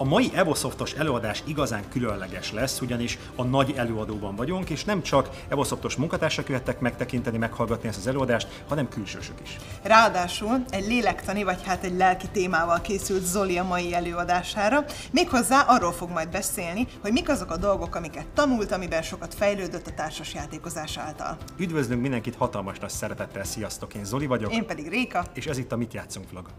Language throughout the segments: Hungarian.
mai Evosoftos előadás igazán különleges lesz, ugyanis a nagy előadóban vagyunk, és nem csak Evosoftos munkatársak jöttek megtekinteni, meghallgatni ezt az előadást, hanem külsősök is. Ráadásul egy lélektani, vagy hát egy lelki témával készült Zoli a mai előadására. Méghozzá arról fog majd beszélni, hogy mik azok a dolgok, amiket tanult, amiben sokat fejlődött a társasjátékozás által. Üdvözlünk mindenkit hatalmas nagy szeretettel, sziasztok! Én Zoli vagyok. Én pedig Réka. És ez itt a Mit játszunk vlog.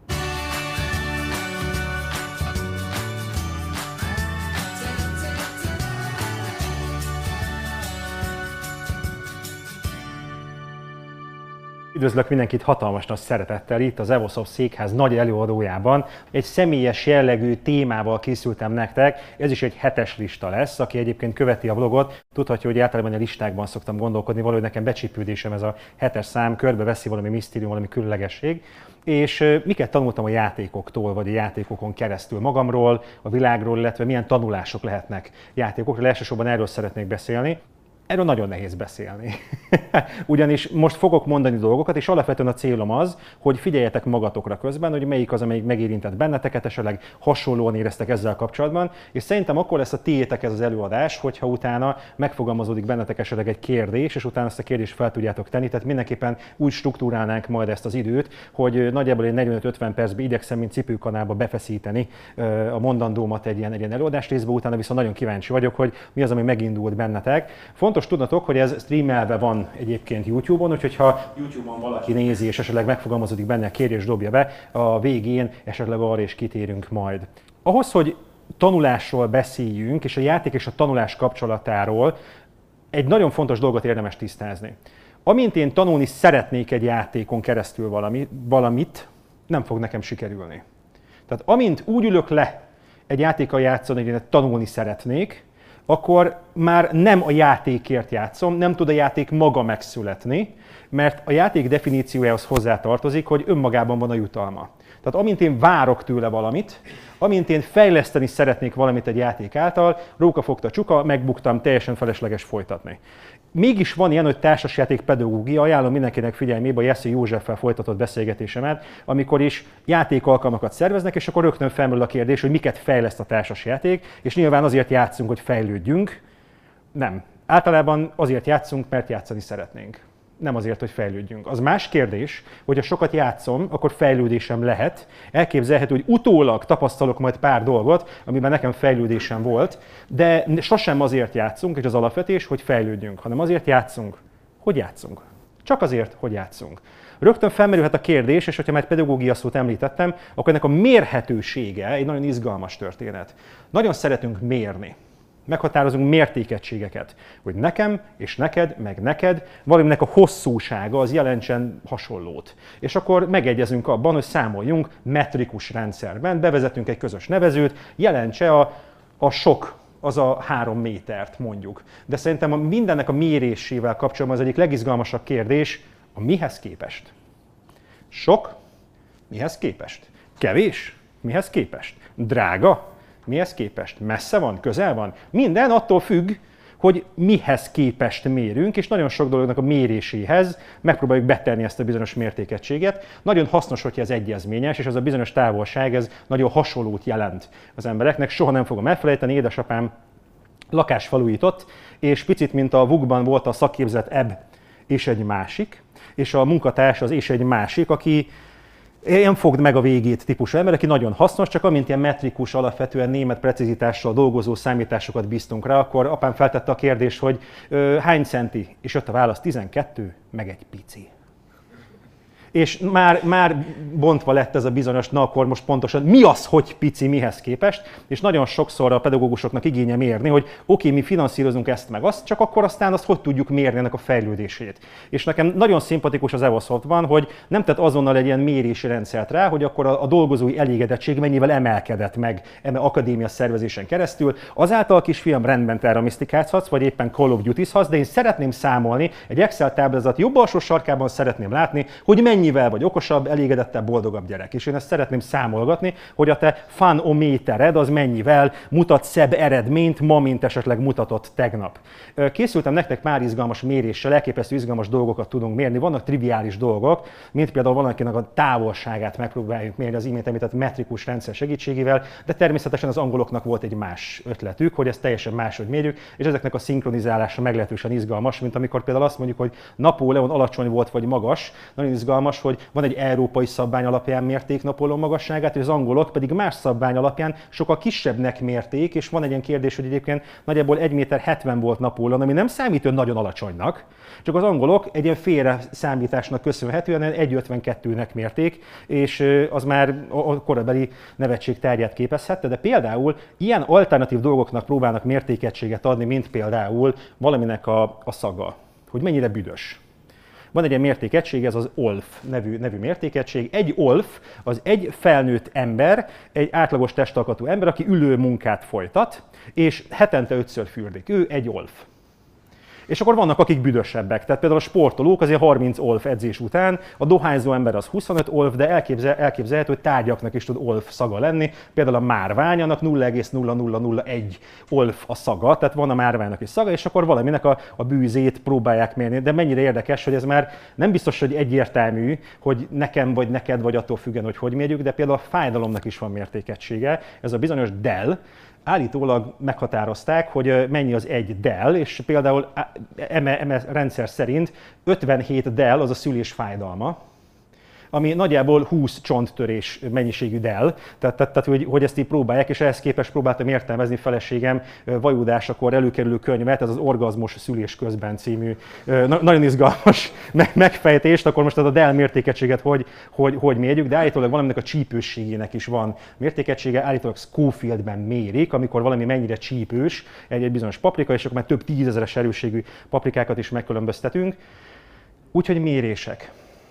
Üdvözlök mindenkit hatalmas nagy szeretettel itt az Evosoft székház nagy előadójában. Egy személyes jellegű témával készültem nektek, ez is egy 7-es lista lesz. Aki egyébként követi a vlogot, tudhatja, hogy általában a listákban szoktam gondolkodni, valahogy nekem becsípődésem ez a 7-es szám, körbeveszi valami misztérium, valami különlegesség. És miket tanultam a játékoktól, vagy a játékokon keresztül magamról, a világról, illetve milyen tanulások lehetnek játékokról. Elsősorban erről szeretnék beszélni. Erről nagyon nehéz beszélni. Ugyanis most fogok mondani dolgokat, és alapvetően a célom az, hogy figyeljetek magatokra közben, hogy melyik az, amelyik megérintett benneteket, esetleg hasonlóan éreztek ezzel kapcsolatban, és szerintem akkor lesz a tiétek ez az előadás, hogyha utána megfogalmazódik bennetek esetleg egy kérdés, és utána ezt a kérdést fel tudjátok tenni, tehát mindenképpen úgy struktúrálnánk majd ezt az időt, hogy nagyjából egy 45-50 percben igyekszem, mint cipőkanálba befeszíteni a mondandómat egy ilyen előadás részbe, utána viszont nagyon kíváncsi vagyok, hogy mi az, ami megindult bennetek. Fontos tudnatok, hogy ez streamelve van egyébként YouTube-on, úgyhogy ha YouTube-on valaki nézi és esetleg megfogalmazódik benne a kérdés, dobja be, a végén esetleg arra is kitérünk majd. Ahhoz, hogy tanulásról beszéljünk, és a játék és a tanulás kapcsolatáról, egy nagyon fontos dolgot érdemes tisztázni. Amint én tanulni szeretnék egy játékon keresztül valamit, nem fog nekem sikerülni. Tehát amint úgy ülök le egy játékkal játszani, hogy én tanulni szeretnék, akkor már nem a játékért játszom, nem tud a játék maga megszületni, mert a játék definíciójához hozzátartozik, hogy önmagában van a jutalma. Tehát amint én várok tőle valamit, amint én fejleszteni szeretnék valamit egy játék által, róka fogta csuka, megbuktam, teljesen felesleges folytatni. Mégis van ilyen, hogy társasjáték pedagógia, ajánlom mindenkinek figyelmébe a Jesszi Józseffel folytatott beszélgetésemet, amikor is játékalkalmakat szerveznek, és akkor rögtön felmerül a kérdés, hogy miket fejleszt a társasjáték, és nyilván azért játszunk, hogy fejlődjünk. Nem. Általában azért játszunk, mert játszani szeretnénk. Nem azért, hogy fejlődjünk. Az más kérdés, hogy ha sokat játszom, akkor fejlődésem lehet. Elképzelhető, hogy utólag tapasztalok majd pár dolgot, amiben nekem fejlődésem volt, de sosem azért játszunk, és az alapvetés, hogy fejlődjünk, hanem azért játszunk, hogy játszunk. Csak azért, hogy játszunk. Rögtön felmerülhet a kérdés, és hogyha már pedagógia szót említettem, akkor ennek a mérhetősége egy nagyon izgalmas történet. Nagyon szeretünk mérni. Meghatározunk mértékegységeket, hogy nekem és neked, meg neked valaminek a hosszúsága az jelentsen hasonlót. És akkor megegyezünk abban, hogy számoljunk metrikus rendszerben, bevezetünk egy közös nevezőt, jelentse a sok, az a 3 métert mondjuk. De szerintem mindennek a mérésével kapcsolatban az egyik legizgalmasabb kérdés a mihez képest. Sok? Mihez képest? Kevés? Mihez képest? Drága? Mihez képest? Messze van? Közel van? Minden attól függ, hogy mihez képest mérünk, és nagyon sok dolognak a méréséhez megpróbáljuk betenni ezt a bizonyos mértékegységet. Nagyon hasznos, hogyha ez egyezményes, és ez a bizonyos távolság, ez nagyon hasonlót jelent az embereknek. Soha nem fogom elfelejteni, édesapám lakást felújított, és picit, mint a VUK-ban volt a szakképzett ebb és egy másik, és a munkatárs az és egy másik, aki ilyen fogd meg a végét típusú ember, aki nagyon hasznos, csak amint ilyen metrikus, alapvetően német precizitással dolgozó számításokat bíztunk rá, akkor apám feltette a kérdést, hogy hány centi? És jött a válasz 12, meg egy pici. És már bontva lett ez a bizonyos, na akkor most pontosan mi az, hogy pici, mihez képest, és nagyon sokszor a pedagógusoknak igénye mérni, hogy oké, mi finanszírozunk ezt meg azt, csak akkor aztán azt hogy tudjuk mérni ennek a fejlődését. És nekem nagyon szimpatikus az Evosoftban, hogy nem tett azonnal egy ilyen mérési rendszert rá, hogy akkor a dolgozói elégedettség mennyivel emelkedett meg akadémia szervezésen keresztül. Azáltal, kisfiam, rendben terramisztikázhatsz, vagy éppen Call of Duty-zhatsz, de én szeretném számolni, egy Excel táblázat jobb alsó sarkában szeretném látni, hogy mennyi mennyivel vagy okosabb, elégedettebb, boldogabb gyerek. És én ezt szeretném számolgatni, hogy a te fanométered az mennyivel mutat szebb eredményt ma, mint esetleg mutatott tegnap. Készültem nektek már izgalmas méréssel, elképesztő izgalmas dolgokat tudunk mérni. Vannak triviális dolgok, mint például valakinek a távolságát megpróbáljuk mérni az imént említett metrikus rendszer segítségével, de természetesen az angoloknak volt egy más ötletük, hogy ezt teljesen máshogy mérjük, és ezeknek a szinkronizálása meglehetősen izgalmas, mint amikor például azt mondjuk, hogy Napóleon alacsony volt vagy magas. Nagyon izgalmas, hogy van egy európai szabvány alapján mérték Napóleon magasságát, és az angolok pedig más szabvány alapján sokkal kisebbnek mérték, és van egy ilyen kérdés, hogy egyébként nagyjából 1,70 m volt Napóleon, ami nem számít nagyon alacsonynak, csak az angolok egy ilyen félre számításnak köszönhetően 1,52-nek mérték, és az már a korabeli nevetség tárgyát képezhette, de például ilyen alternatív dolgoknak próbálnak mértékegységet adni, mint például valaminek a szaga, hogy mennyire büdös. Van egy ilyen mértékegység, ez az OLF nevű mértékegység. Egy OLF az egy felnőtt ember, egy átlagos testalkatú ember, aki ülő munkát folytat, és hetente 5-ször fürdik. Ő egy OLF. És akkor vannak, akik büdösebbek. Tehát például a sportolók azért 30 olf edzés után, a dohányzó ember az 25 olf, de elképzelhető, hogy tárgyaknak is tud olf szaga lenni. Például a márvány, annak 0,0001 olf a szaga, tehát van a márványnak is szaga, és akkor valaminek a bűzét próbálják mérni. De mennyire érdekes, hogy ez már nem biztos, hogy egyértelmű, hogy nekem vagy neked, vagy attól függően, hogy mérjük, de például a fájdalomnak is van mértékegysége. Ez a bizonyos DEL. Állítólag meghatározták, hogy mennyi az egy DEL, és például eme rendszer szerint 57 DEL az a szülés fájdalma, ami nagyjából 20 csonttörés mennyiségű DEL, tehát hogy ezt így próbálják, és ehhez képest próbáltam értelmezni feleségem vajúdásakor előkerülő könyvet, ez az Orgazmos szülés közben című nagyon izgalmas megfejtést, akkor most a DEL mértékegységet hogy mérjük, de állítólag valaminek a csípősségének is van mértékegysége, állítólag Schofieldben mérik, amikor valami mennyire csípős egy bizonyos paprika, és akkor már több tízezeres erősségű paprikákat is megkülönböztetünk. Úgyhogy mérések.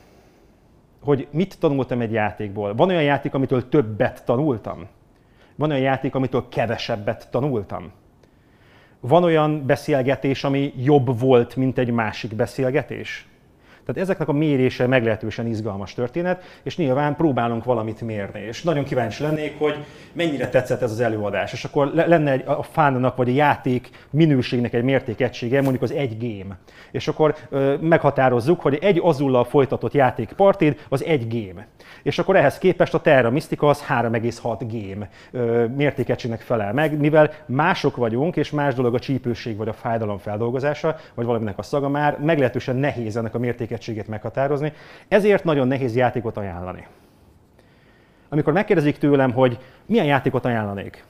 Hogy mit tanultam egy játékból. Van olyan játék, amitől többet tanultam? Van olyan játék, amitől kevesebbet tanultam? Van olyan beszélgetés, ami jobb volt, mint egy másik beszélgetés? Tehát ezeknek a mérése meglehetősen izgalmas történet, és nyilván próbálunk valamit mérni. És nagyon kíváncsi lennék, hogy mennyire tetszett ez az előadás. És akkor lenne a fánnak vagy a játék minőségnek egy mértékegysége, mondjuk az egy game. És akkor meghatározzuk, hogy egy azullal folytatott játékpartid az egy game. És akkor ehhez képest a Terra Mystica az 3,6 game mértékegységnek felel meg, mivel mások vagyunk, és más dolog a csípőség vagy a fájdalom feldolgozása, vagy valaminek a szaga, már meglehetősen nehéz ennek a mértékegységet meghatározni, ezért nagyon nehéz játékot ajánlani. Amikor megkérdezik tőlem, hogy milyen játékot ajánlanék,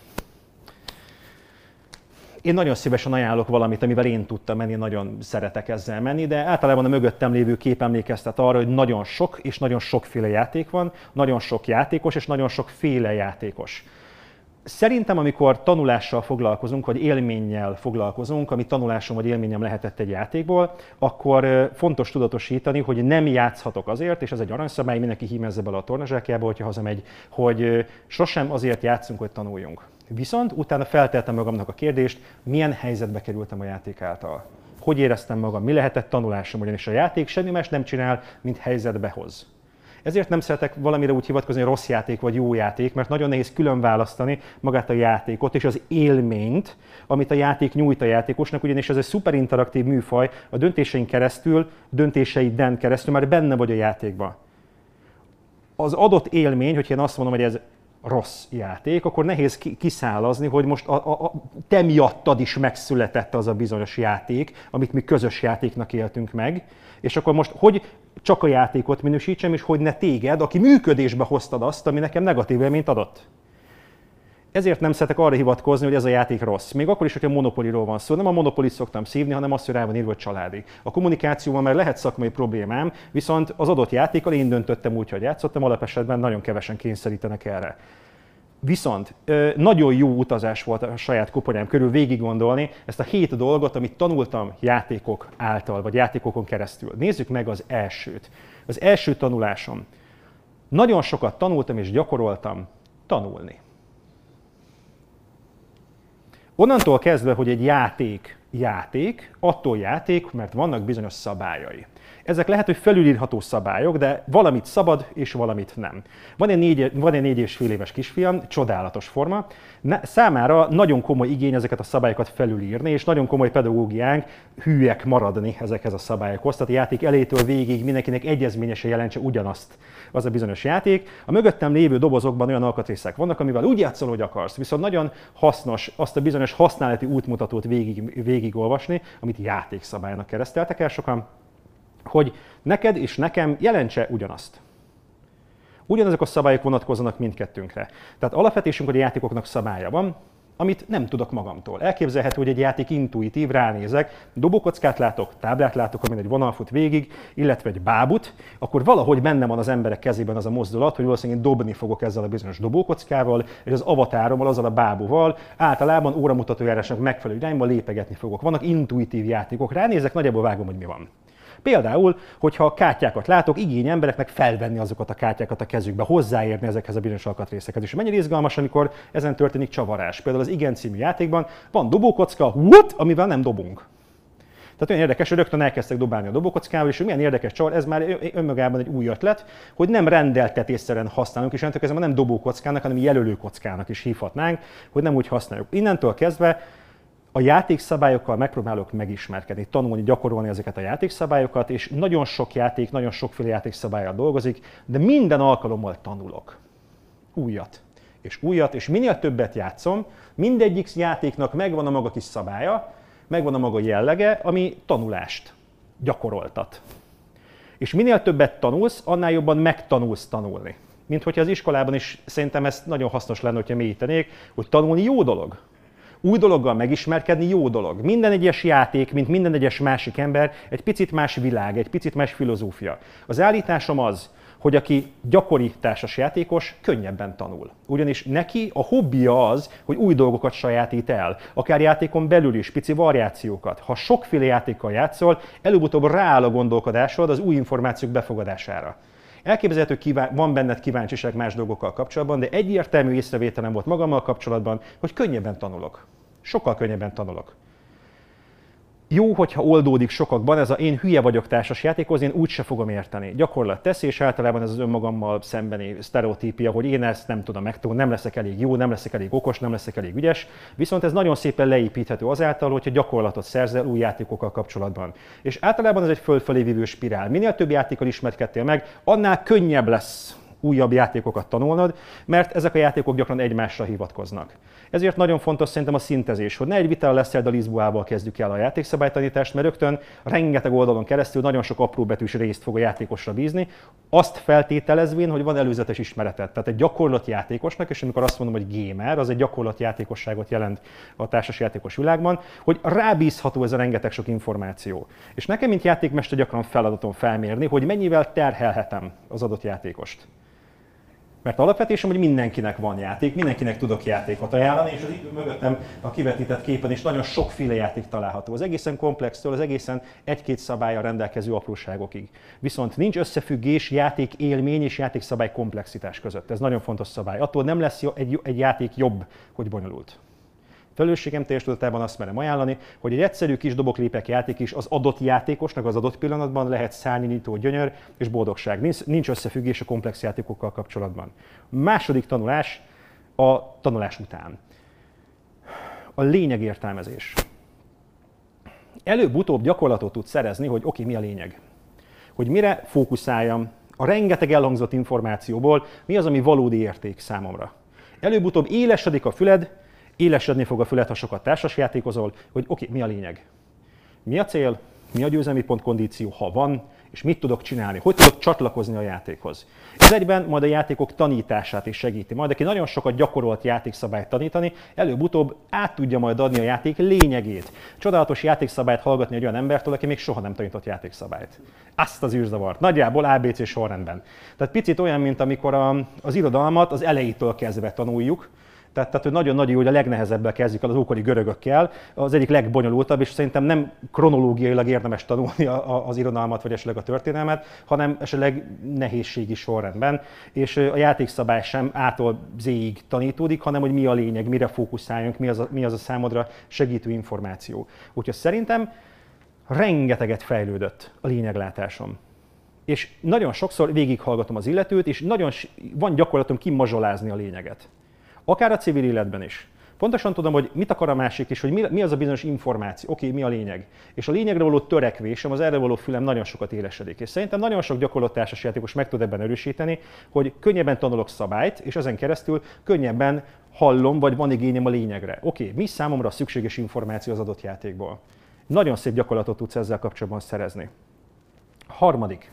én nagyon szívesen ajánlok valamit, amivel én tudtam menni, nagyon szeretek ezzel menni, de általában a mögöttem lévő kép emlékeztet arra, hogy nagyon sok és nagyon sokféle játék van, nagyon sok játékos és nagyon sokféle játékos. Szerintem, amikor tanulással foglalkozunk, vagy élménnyel foglalkozunk, ami tanulásom vagy élményem lehetett egy játékból, akkor fontos tudatosítani, hogy nem játszhatok azért, és ez egy aranyszabály, mindenki hímezze bele a tornazsákjába, hogyha hazamegy, hogy sosem azért játszunk, hogy tanuljunk. Viszont utána feltettem magamnak a kérdést, milyen helyzetbe kerültem a játék által. Hogy éreztem magam, mi lehetett tanulásom, ugyanis a játék semmi más nem csinál, mint helyzetbe hoz. Ezért nem szeretek valamire úgy hivatkozni, hogy rossz játék vagy jó játék, mert nagyon nehéz külön választani magát a játékot és az élményt, amit a játék nyújt a játékosnak, ugyanis ez egy szuper interaktív műfaj, a döntéseiden keresztül már benne vagy a játékban. Az adott élmény, hogyha én azt mondom, hogy ez rossz játék, akkor nehéz kiszálazni, hogy most te miattad is megszületett az a bizonyos játék, amit mi közös játéknak éltünk meg, és akkor most hogy csak a játékot minősítsem, és hogy ne téged, aki működésbe hoztad azt, ami nekem negatív élményt adott. Ezért nem szeretek arra hivatkozni, hogy ez a játék rossz. Még akkor is, hogyha Monopoly-ról van szó. Nem a Monopoly-t szoktam szívni, hanem azt, hogy rá van írva, hogy családi. A kommunikációban már lehet szakmai problémám, viszont az adott játékkal én döntöttem úgy, hogy játszottam, alapesetben nagyon kevesen kényszerítenek erre. Viszont nagyon jó utazás volt a saját koponyám körül végig gondolni ezt a 7 dolgot, amit tanultam játékok által, vagy játékokon keresztül. Nézzük meg az elsőt. Az első tanulásom. Nagyon sokat tanultam és gyakoroltam tanulni. Onnantól kezdve, hogy egy játék játék attól játék, mert vannak bizonyos szabályai. Ezek lehet, hogy felülírható szabályok, de valamit szabad és valamit nem. Van egy 4,5 éves kisfiam, csodálatos forma, számára nagyon komoly igény ezeket a szabályokat felülírni, és nagyon komoly pedagógiánk hűek maradni ezekhez a szabályokhoz. Tehát a játék elejétől végig mindenkinek egyezményesen jelentse ugyanazt az a bizonyos játék. A mögöttem lévő dobozokban olyan alkatrészek vannak, amivel úgy játszol, hogy akarsz, viszont nagyon hasznos azt a bizonyos használati útmutatót végigolvasni, amit játékszabálynak kereszteltek el sokan, hogy neked és nekem jelentse ugyanazt. Ugyanazok a szabályok vonatkozzanak mindkettőnkre. Tehát alapvetésünk, hogy a játékoknak szabálya van, amit nem tudok magamtól. Elképzelhető, hogy egy játék intuitív, ránézek, dobókockát látok, táblát látok, amin egy vonal fut végig, illetve egy bábut, akkor valahogy benne van az emberek kezében az a mozdulat, hogy valószínűleg dobni fogok ezzel a bizonyos dobókockával, és az avatárommal, azzal a bábuval általában óramutató-járásnak megfelelő irányba lépegetni fogok. Vannak intuitív játékok, ránézek, nagyjából vágom, hogy mi van. Például, hogyha kártyákat látok, igény embereknek felvenni azokat a kártyákat a kezükbe, hozzáérni ezekhez a bizonyos alkatrészekhez. És mennyire izgalmas, amikor ezen történik csavarás. Például az Igen című játékban van dobókocka, amivel nem dobunk. Tehát olyan érdekes, hogy rögtön elkezdtek dobálni a dobókockával, és milyen érdekes csavar, ez már önmagában egy új ötlet, hogy nem rendeltetésszerűen használunk, és onnantól kezdve nem dobókockának, hanem jelölőkockának is hívhatnánk, hogy nem úgy használjuk. Innentől kezdve a játékszabályokkal megpróbálok megismerkedni, tanulni, gyakorolni ezeket a játékszabályokat, és nagyon sok játék, nagyon sokféle játékszabállyal dolgozik, de minden alkalommal tanulok újat, és minél többet játszom, mindegyik játéknak megvan a maga kis szabálya, megvan a maga jellege, ami tanulást gyakoroltat. És minél többet tanulsz, annál jobban megtanulsz tanulni. Mint hogyha az iskolában is szerintem ez nagyon hasznos lenne, hogyha mélyítenék, hogy tanulni jó dolog. Új dologgal megismerkedni jó dolog. Minden egyes játék, mint minden egyes másik ember, egy picit más világ, egy picit más filozófia. Az állításom az, hogy aki gyakori társasjátékos, könnyebben tanul. Ugyanis neki a hobbija az, hogy új dolgokat sajátít el, akár játékon belül is, pici variációkat. Ha sokféle játékkal játszol, előbb-utóbb rááll a gondolkodásod az új információk befogadására. Elképzelhető, hogy van benned kíváncsiság más dolgokkal kapcsolatban, de egyértelmű észrevételem volt magammal kapcsolatban, hogy könnyebben tanulok. Sokkal könnyebben tanulok. Jó, hogyha oldódik sokakban ez a én hülye vagyok társasjátékozni, én úgyse fogom érteni. Gyakorlat teszi, és általában ez az önmagammal szembeni sztereotípia, hogy én ezt nem tudom megtanulni, nem leszek elég jó, nem leszek elég okos, nem leszek elég ügyes. Viszont ez nagyon szépen leépíthető azáltal, hogyha gyakorlatot szerzel új játékokkal kapcsolatban. És általában ez egy fölfelé vívő spirál. Minél több játékkal ismerkedtél meg, annál könnyebb lesz újabb játékokat tanulnod, mert ezek a játékok gyakran egymásra hivatkoznak. Ezért nagyon fontos szerintem a szintezés, hogy ne egy Vital Lacerda de Lisboából kezdjük el a játékszabálytanítást, mert rögtön rengeteg oldalon keresztül nagyon sok apróbetűs részt fog a játékosra bízni, azt feltételezvén, hogy van előzetes ismeretet. Tehát egy gyakorlott játékosnak, és amikor azt mondom, hogy gamer, az egy gyakorlott játékosságot jelent a társasjátékos világban, hogy rábízható ez a rengeteg sok információ. És nekem, mint játékmester gyakran feladatom felmérni, hogy mennyivel terhelhetem az adott játékost. Mert alapvetésem, hogy mindenkinek van játék, mindenkinek tudok játékot ajánlani, és az itt mögöttem a kivetített képen is nagyon sokféle játék található. Az egészen komplextől az egészen egy-két szabállyal rendelkező apróságokig. Viszont nincs összefüggés játék élmény és játékszabály komplexitás között. Ez nagyon fontos szabály. Attól nem lesz egy játék jobb, hogy bonyolult. Felelősségem teljes tudatában azt merem ajánlani, hogy egy egyszerű kis doboklépek játék is az adott játékosnak az adott pillanatban lehet szárnynyitó gyönyör és boldogság. Nincs összefüggés a komplex játékokkal kapcsolatban. Második tanulás a tanulás után. A lényegértelmezés. Előbb-utóbb gyakorlatot tud szerezni, hogy oké, mi a lényeg. Hogy mire fókuszáljam, a rengeteg elhangzott információból mi az, ami valódi érték számomra. Előbb-utóbb élesedik a füled, élesedni fog a füled, ha sokat társasjátékozol, hogy oké, mi a lényeg? Mi a cél? Mi a győzelmi pontkondíció, ha van, és mit tudok csinálni? Hogy tudok csatlakozni a játékhoz? Ez egyben majd a játékok tanítását is segíti. Majd aki nagyon sokat gyakorolt játékszabályt tanítani, előbb-utóbb át tudja majd adni a játék lényegét. Csodálatos játékszabályt hallgatni egy olyan embertől, aki még soha nem tanított játékszabályt. Azt az űrzavart. Nagyjából ABC sorrendben. Tehát picit olyan, mint amikor az irodalmat az elejétől kezdve tanuljuk. Tehát hogy nagyon-nagyon jó, hogy a legnehezebbel kezdjük el az ókori görögökkel, az egyik legbonyolultabb, és szerintem nem kronológiailag érdemes tanulni az irodalmat, vagy esetleg a történelmet, hanem esetleg nehézségi sorrendben. És a játékszabály sem A-tól Z-ig tanítódik, hanem hogy mi a lényeg, mire fókuszáljunk, mi az a számodra segítő információ. Úgyhogy szerintem rengeteget fejlődött a lényeglátásom. És nagyon sokszor végighallgatom az illetőt, és nagyon van gyakorlatom kimazsolázni a lényeget. Akár a civil életben is. Pontosan tudom, hogy mit akar a másik, és hogy mi az a bizonyos információ. Oké, mi a lényeg. És a lényegre való törekvésem, az erre való fülem nagyon sokat élesedik. És szerintem nagyon sok gyakorlott társasjátékos meg tud ebben erősíteni, hogy könnyebben tanulok szabályt, és ezen keresztül könnyebben hallom, vagy van igényem a lényegre. Oké, mi számomra a szükséges információ az adott játékból. Nagyon szép gyakorlatot tudsz ezzel kapcsolatban szerezni. Harmadik.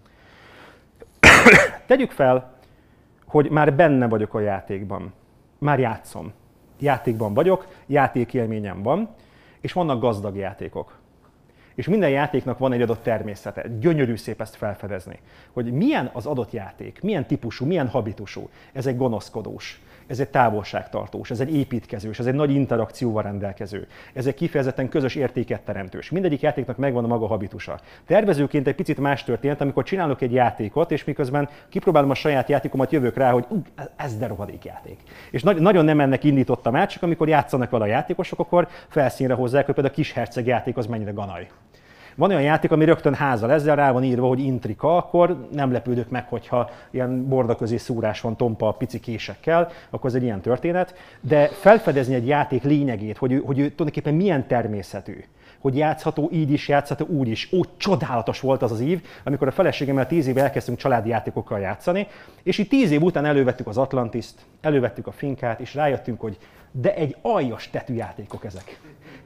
Tegyük fel, hogy már benne vagyok a játékban. Már játszom. Játékban vagyok, játékélményem van, és vannak gazdag játékok. És minden játéknak van egy adott természete. Gyönyörű szép ezt felfedezni. Hogy milyen az adott játék, milyen típusú, milyen habitusú. Ez egy gonoszkodós, ez egy távolságtartós, ez egy építkezős, ez egy nagy interakcióval rendelkező. Ez egy kifejezetten közös értéket teremtős. Mindegyik játéknak megvan a maga habitusa. Tervezőként egy picit más történt, amikor csinálok egy játékot, és miközben kipróbálom a saját játékomat, jövök rá, hogy ez de rohadék játék. És nagyon nem ennek indítottam át, csak amikor játszanak vele a játékosok, akkor felszínre hozzák, hogy például a Kisherceg játék az mennyire ganaj. Van olyan játék, ami rögtön házal ezzel rá van írva, hogy intrika, akkor nem lepődök meg, hogyha ilyen bordaközi szúrás van tompa pici késekkel, akkor ez egy ilyen történet. De felfedezni egy játék lényegét, hogy ő tulajdonképpen milyen természetű, hogy játszható így is, játszható úgy is. Ó, csodálatos volt az az ív, amikor a feleségemmel 10 éve elkezdtünk családi játékokkal játszani, és így 10 év után elővettük az Atlantiszt, elővettük a Finkát, és rájöttünk, hogy de egy aljas tetű játékok ezek.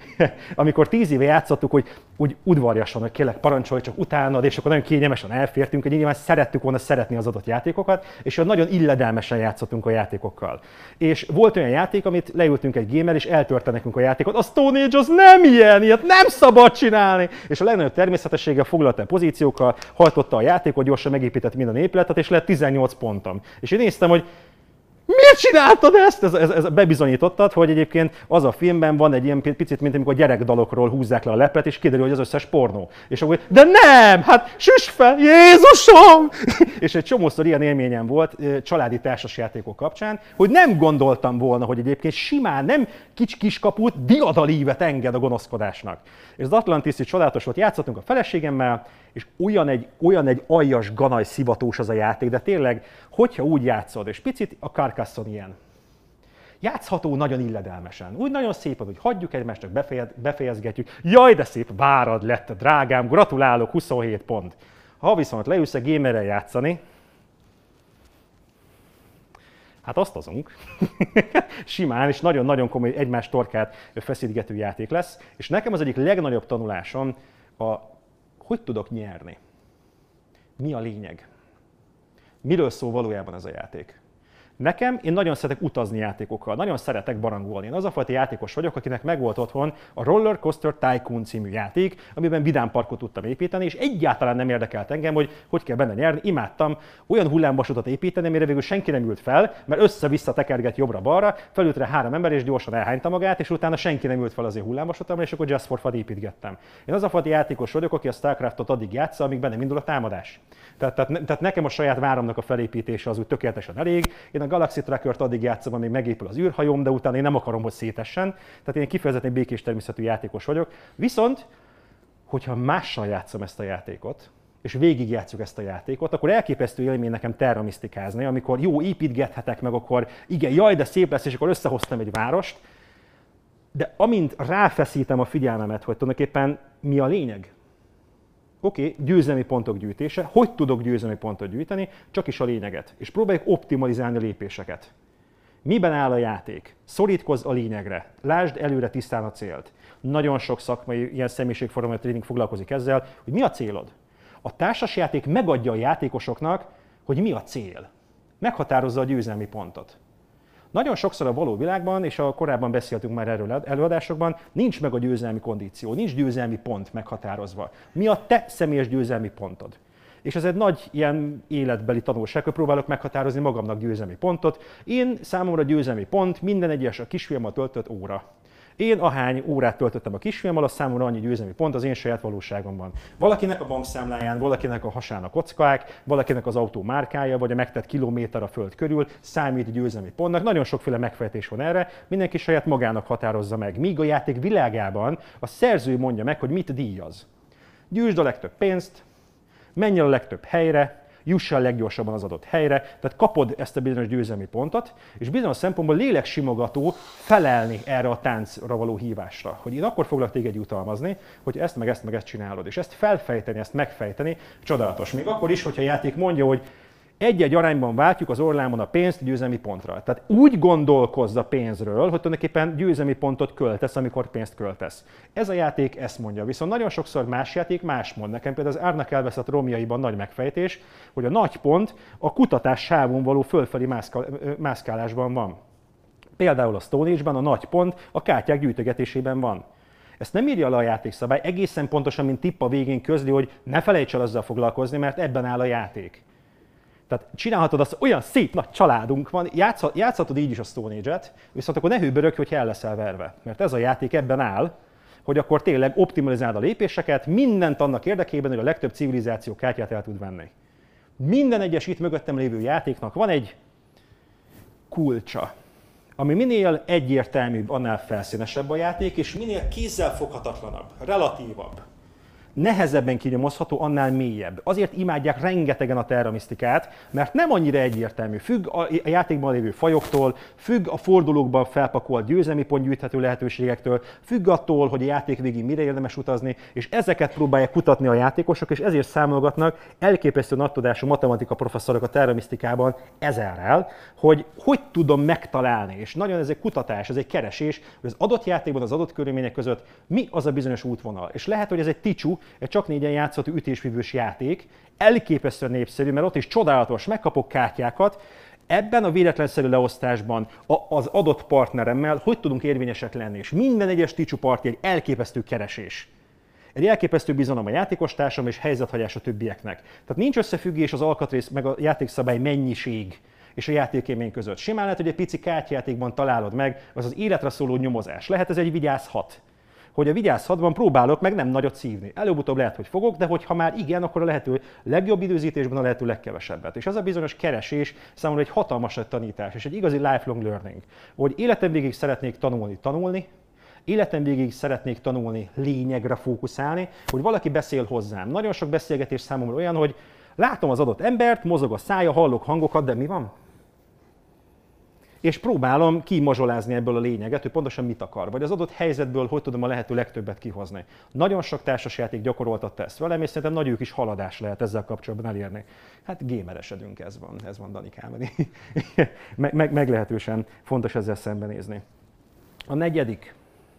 Amikor 10 éve játszottuk, hogy úgy udvarjasan, hogy kérlek parancsolj csak utánad, és akkor nagyon kényelmesen elfértünk, hogy nyilván szerettük volna szeretni az adott játékokat, és nagyon illedelmesen játszottunk a játékokkal. És volt olyan játék, amit leültünk egy gémmel, és eltörte nekünk a játékot. A Stone Age az nem ilyen, ilyet nem szabad csinálni! És a legnagyobb természetességgel foglalta a pozíciókkal, hajtotta a játékot, gyorsan megépített minden épületet, és lett 18 pontom. És én néztem, hogy miért csináltad ezt? Ez bebizonyítottad, hogy egyébként az a filmben van egy ilyen picit, mint amikor gyerekdalokról húzzák le a leplet, és kiderül, hogy az összes pornó. És akkor, de nem! Hát süss fel! Jézusom! És egy csomószor ilyen élményem volt családi társasjátékok kapcsán, hogy nem gondoltam volna, hogy egyébként simán nem kiskaput, diadalívet enged a gonoszkodásnak. És az Atlantis is csodálatos volt, játszottunk a feleségemmel, és olyan egy aljas, ganaj szivatós az a játék, de tényleg, hogyha úgy játszod, és picit a Carcassonne ilyen. Játszható nagyon illedelmesen. Úgy nagyon szép, hogy hagyjuk egymást, csak befejezgetjük. Jaj, de szép várad lett, drágám, gratulálok, 27 pont. Ha viszont leülsz a gamerrel játszani, hát azt azunk. Simán, és nagyon-nagyon komoly egymás torkát feszítgető játék lesz. És nekem az egyik legnagyobb tanulásom hogy tudok nyerni? Mi a lényeg? Miről szól valójában ez a játék? Én nagyon szeretek utazni játékokkal, nagyon szeretek barangolni. Én az a fajta játékos vagyok, akinek megvolt otthon a Roller Coaster Tycoon című játék, amiben vidámparkot tudtam építeni, és egyáltalán nem érdekelt engem, hogy kell benne nyerni. Imádtam olyan hullámvasutat építeni, amire végül senki nem ült fel, mert össze-vissza tekerget jobbra-balra, felült rá 3 ember, és gyorsan elhányta magát, és utána senki nem ült fel az én hullámvasutamra, és akkor just for fun építgettem. Én az a fajta játékos vagyok, aki a Starcraftot addig játsza, amíg benne indul a támadás. Tehát nekem a saját váromnak a felépítése az úgy tökéletesen elég. Én a Galaxy Trackert addig játszom, amíg megépül az űrhajóm, de utána én nem akarom, hogy szétessen. Tehát én kifejezetten békés természetű játékos vagyok. Viszont, hogyha mással játszom ezt a játékot, és végigjátszuk ezt a játékot, akkor elképesztő élmény nekem terramisztikázni, amikor jó, építgethetek meg, akkor igen, jaj, de szép lesz, és akkor összehoztam egy várost. De amint ráfeszítem a figyelmemet, hogy tulajdonképpen mi a lényeg, Oké, győzelmi pontok gyűjtése. Hogy tudok győzelmi pontot gyűjteni? Csak is a lényeget. És próbáljuk optimalizálni a lépéseket. Miben áll a játék? Szorítkozz a lényegre. Lásd előre tisztán a célt. Nagyon sok szakmai, ilyen személyiségformáló tréning foglalkozik ezzel, hogy mi a célod. A társasjáték megadja a játékosoknak, hogy mi a cél. Meghatározza a győzelmi pontot. Nagyon sokszor a való világban, és korábban beszéltünk már erről előadásokban, nincs meg a győzelmi kondíció, nincs győzelmi pont meghatározva. Mi a te személyes győzelmi pontod? És ez egy nagy ilyen életbeli tanulság, hogy próbálok meghatározni magamnak győzelmi pontot. Én számomra győzelmi pont minden egyes a kisfiammal töltött óra. Én ahány órát töltöttem a kisfiammal, az számomra annyi győzelmi pont az én saját valóságomban. Valakinek a bankszámláján, valakinek a hasán a kockák, valakinek az autó márkája, vagy a megtett kilométer a föld körül számít győzelmi pontnak. Nagyon sokféle megfejtés van erre, mindenki saját magának határozza meg. Míg a játék világában a szerző mondja meg, hogy mit díjaz. Gyűjtsd a legtöbb pénzt, menj el a legtöbb helyre, juss el leggyorsabban az adott helyre, tehát kapod ezt a bizonyos győzelmi pontot, és bizonyos szempontból léleksimogató felelni erre a táncra való hívásra. Hogy én akkor foglak téged jutalmazni, hogy ezt meg ezt csinálod. És ezt felfejteni, ezt megfejteni, csodálatos. Még akkor is, hogyha a játék mondja, hogy egy-egy arányban váltjuk az orlámon a pénzt győzelmi pontra. Tehát úgy gondolkozz a pénzről, hogy tulajdonképpen győzelmi pontot költesz, amikor pénzt költesz. Ez a játék ezt mondja, viszont nagyon sokszor más játék más mond. Nekem például az Árnak elveszett romjaiban nagy megfejtés, hogy a nagy pont a kutatás sávon való fölfelé mászkálásban van. Például a Stone Age-ben a nagy pont a kártyák gyűjtögetésében van. Ezt nem írja le a játékszabály, egészen pontosan, mint tipp a végén közli, hogy ne felejts el azzal foglalkozni, mert ebben áll a játék. Tehát csinálhatod azt, olyan szép nagy családunk van, játszhatod így is a Stone Age-et, viszont akkor ne hőbörögj, hogyha el leszel verve. Mert ez a játék ebben áll, hogy akkor tényleg optimalizáld a lépéseket, mindent annak érdekében, hogy a legtöbb civilizáció kártyát el tud venni. Minden egyes itt mögöttem lévő játéknak van egy kulcsa, ami minél egyértelműbb, annál felszínesebb a játék, és minél kézzelfoghatatlanabb, relatívabb, nehezebben kinyomozható, annál mélyebb. Azért imádják rengetegen a terramisztikát, mert nem annyira egyértelmű. Függ a játékban lévő fajoktól, függ a fordulókban felpakolt győzelmi pontgyűjthető lehetőségektől, függ attól, hogy a játék végén mire érdemes utazni, és ezeket próbálják kutatni a játékosok, és ezért számolgatnak elképesztő nagy tudású matematika professzorok a terramisztikában ezerrel, hogy tudom megtalálni. És nagyon ez egy kutatás, ez egy keresés, hogy az adott játékban, az adott körülmények között mi az a bizonyos útvonal. És lehet, hogy ez egy ticsú, egy csak négyen játszható ütésvívős játék, elképesztően népszerű, mert ott is csodálatos, megkapok kártyákat, ebben a véletlenszerű leosztásban az adott partneremmel hogy tudunk érvényesek lenni, és minden egyes ticsú parti egy elképesztő keresés. Egy elképesztő bizalom a játékostársam és helyzethagyás a többieknek. Tehát nincs összefüggés az alkatrész meg a játékszabály mennyiség és a játékélmény között. Simán lehet, hogy egy pici kártyajátékban találod meg az életre szóló nyomozás. Lehet ez egy vigyázz 6. Hogy a vigyázz 6-ban próbálok meg nem nagyot szívni. Előbb-utóbb lehet, hogy fogok, de hogyha már igen, akkor a lehető legjobb időzítésben a lehető legkevesebbet. És ez a bizonyos keresés számomra egy hatalmas nagy tanítás, és egy igazi lifelong learning. Hogy életem végig szeretnék tanulni, életem végig szeretnék tanulni lényegre fókuszálni, hogy valaki beszél hozzám. Nagyon sok beszélgetés számomra olyan, hogy látom az adott embert, mozog a szája, hallok hangokat, de mi van? És próbálom kimazsolázni ebből a lényeget, hogy pontosan mit akar, vagy az adott helyzetből hogy tudom a lehető legtöbbet kihozni. Nagyon sok társasjáték gyakoroltatta ezt velem, és szerintem nagy is haladás lehet ezzel kapcsolatban elérni. Hát gémeresedünk, ez van Danikám. Meglehetősen fontos ezzel szembenézni. A negyedik.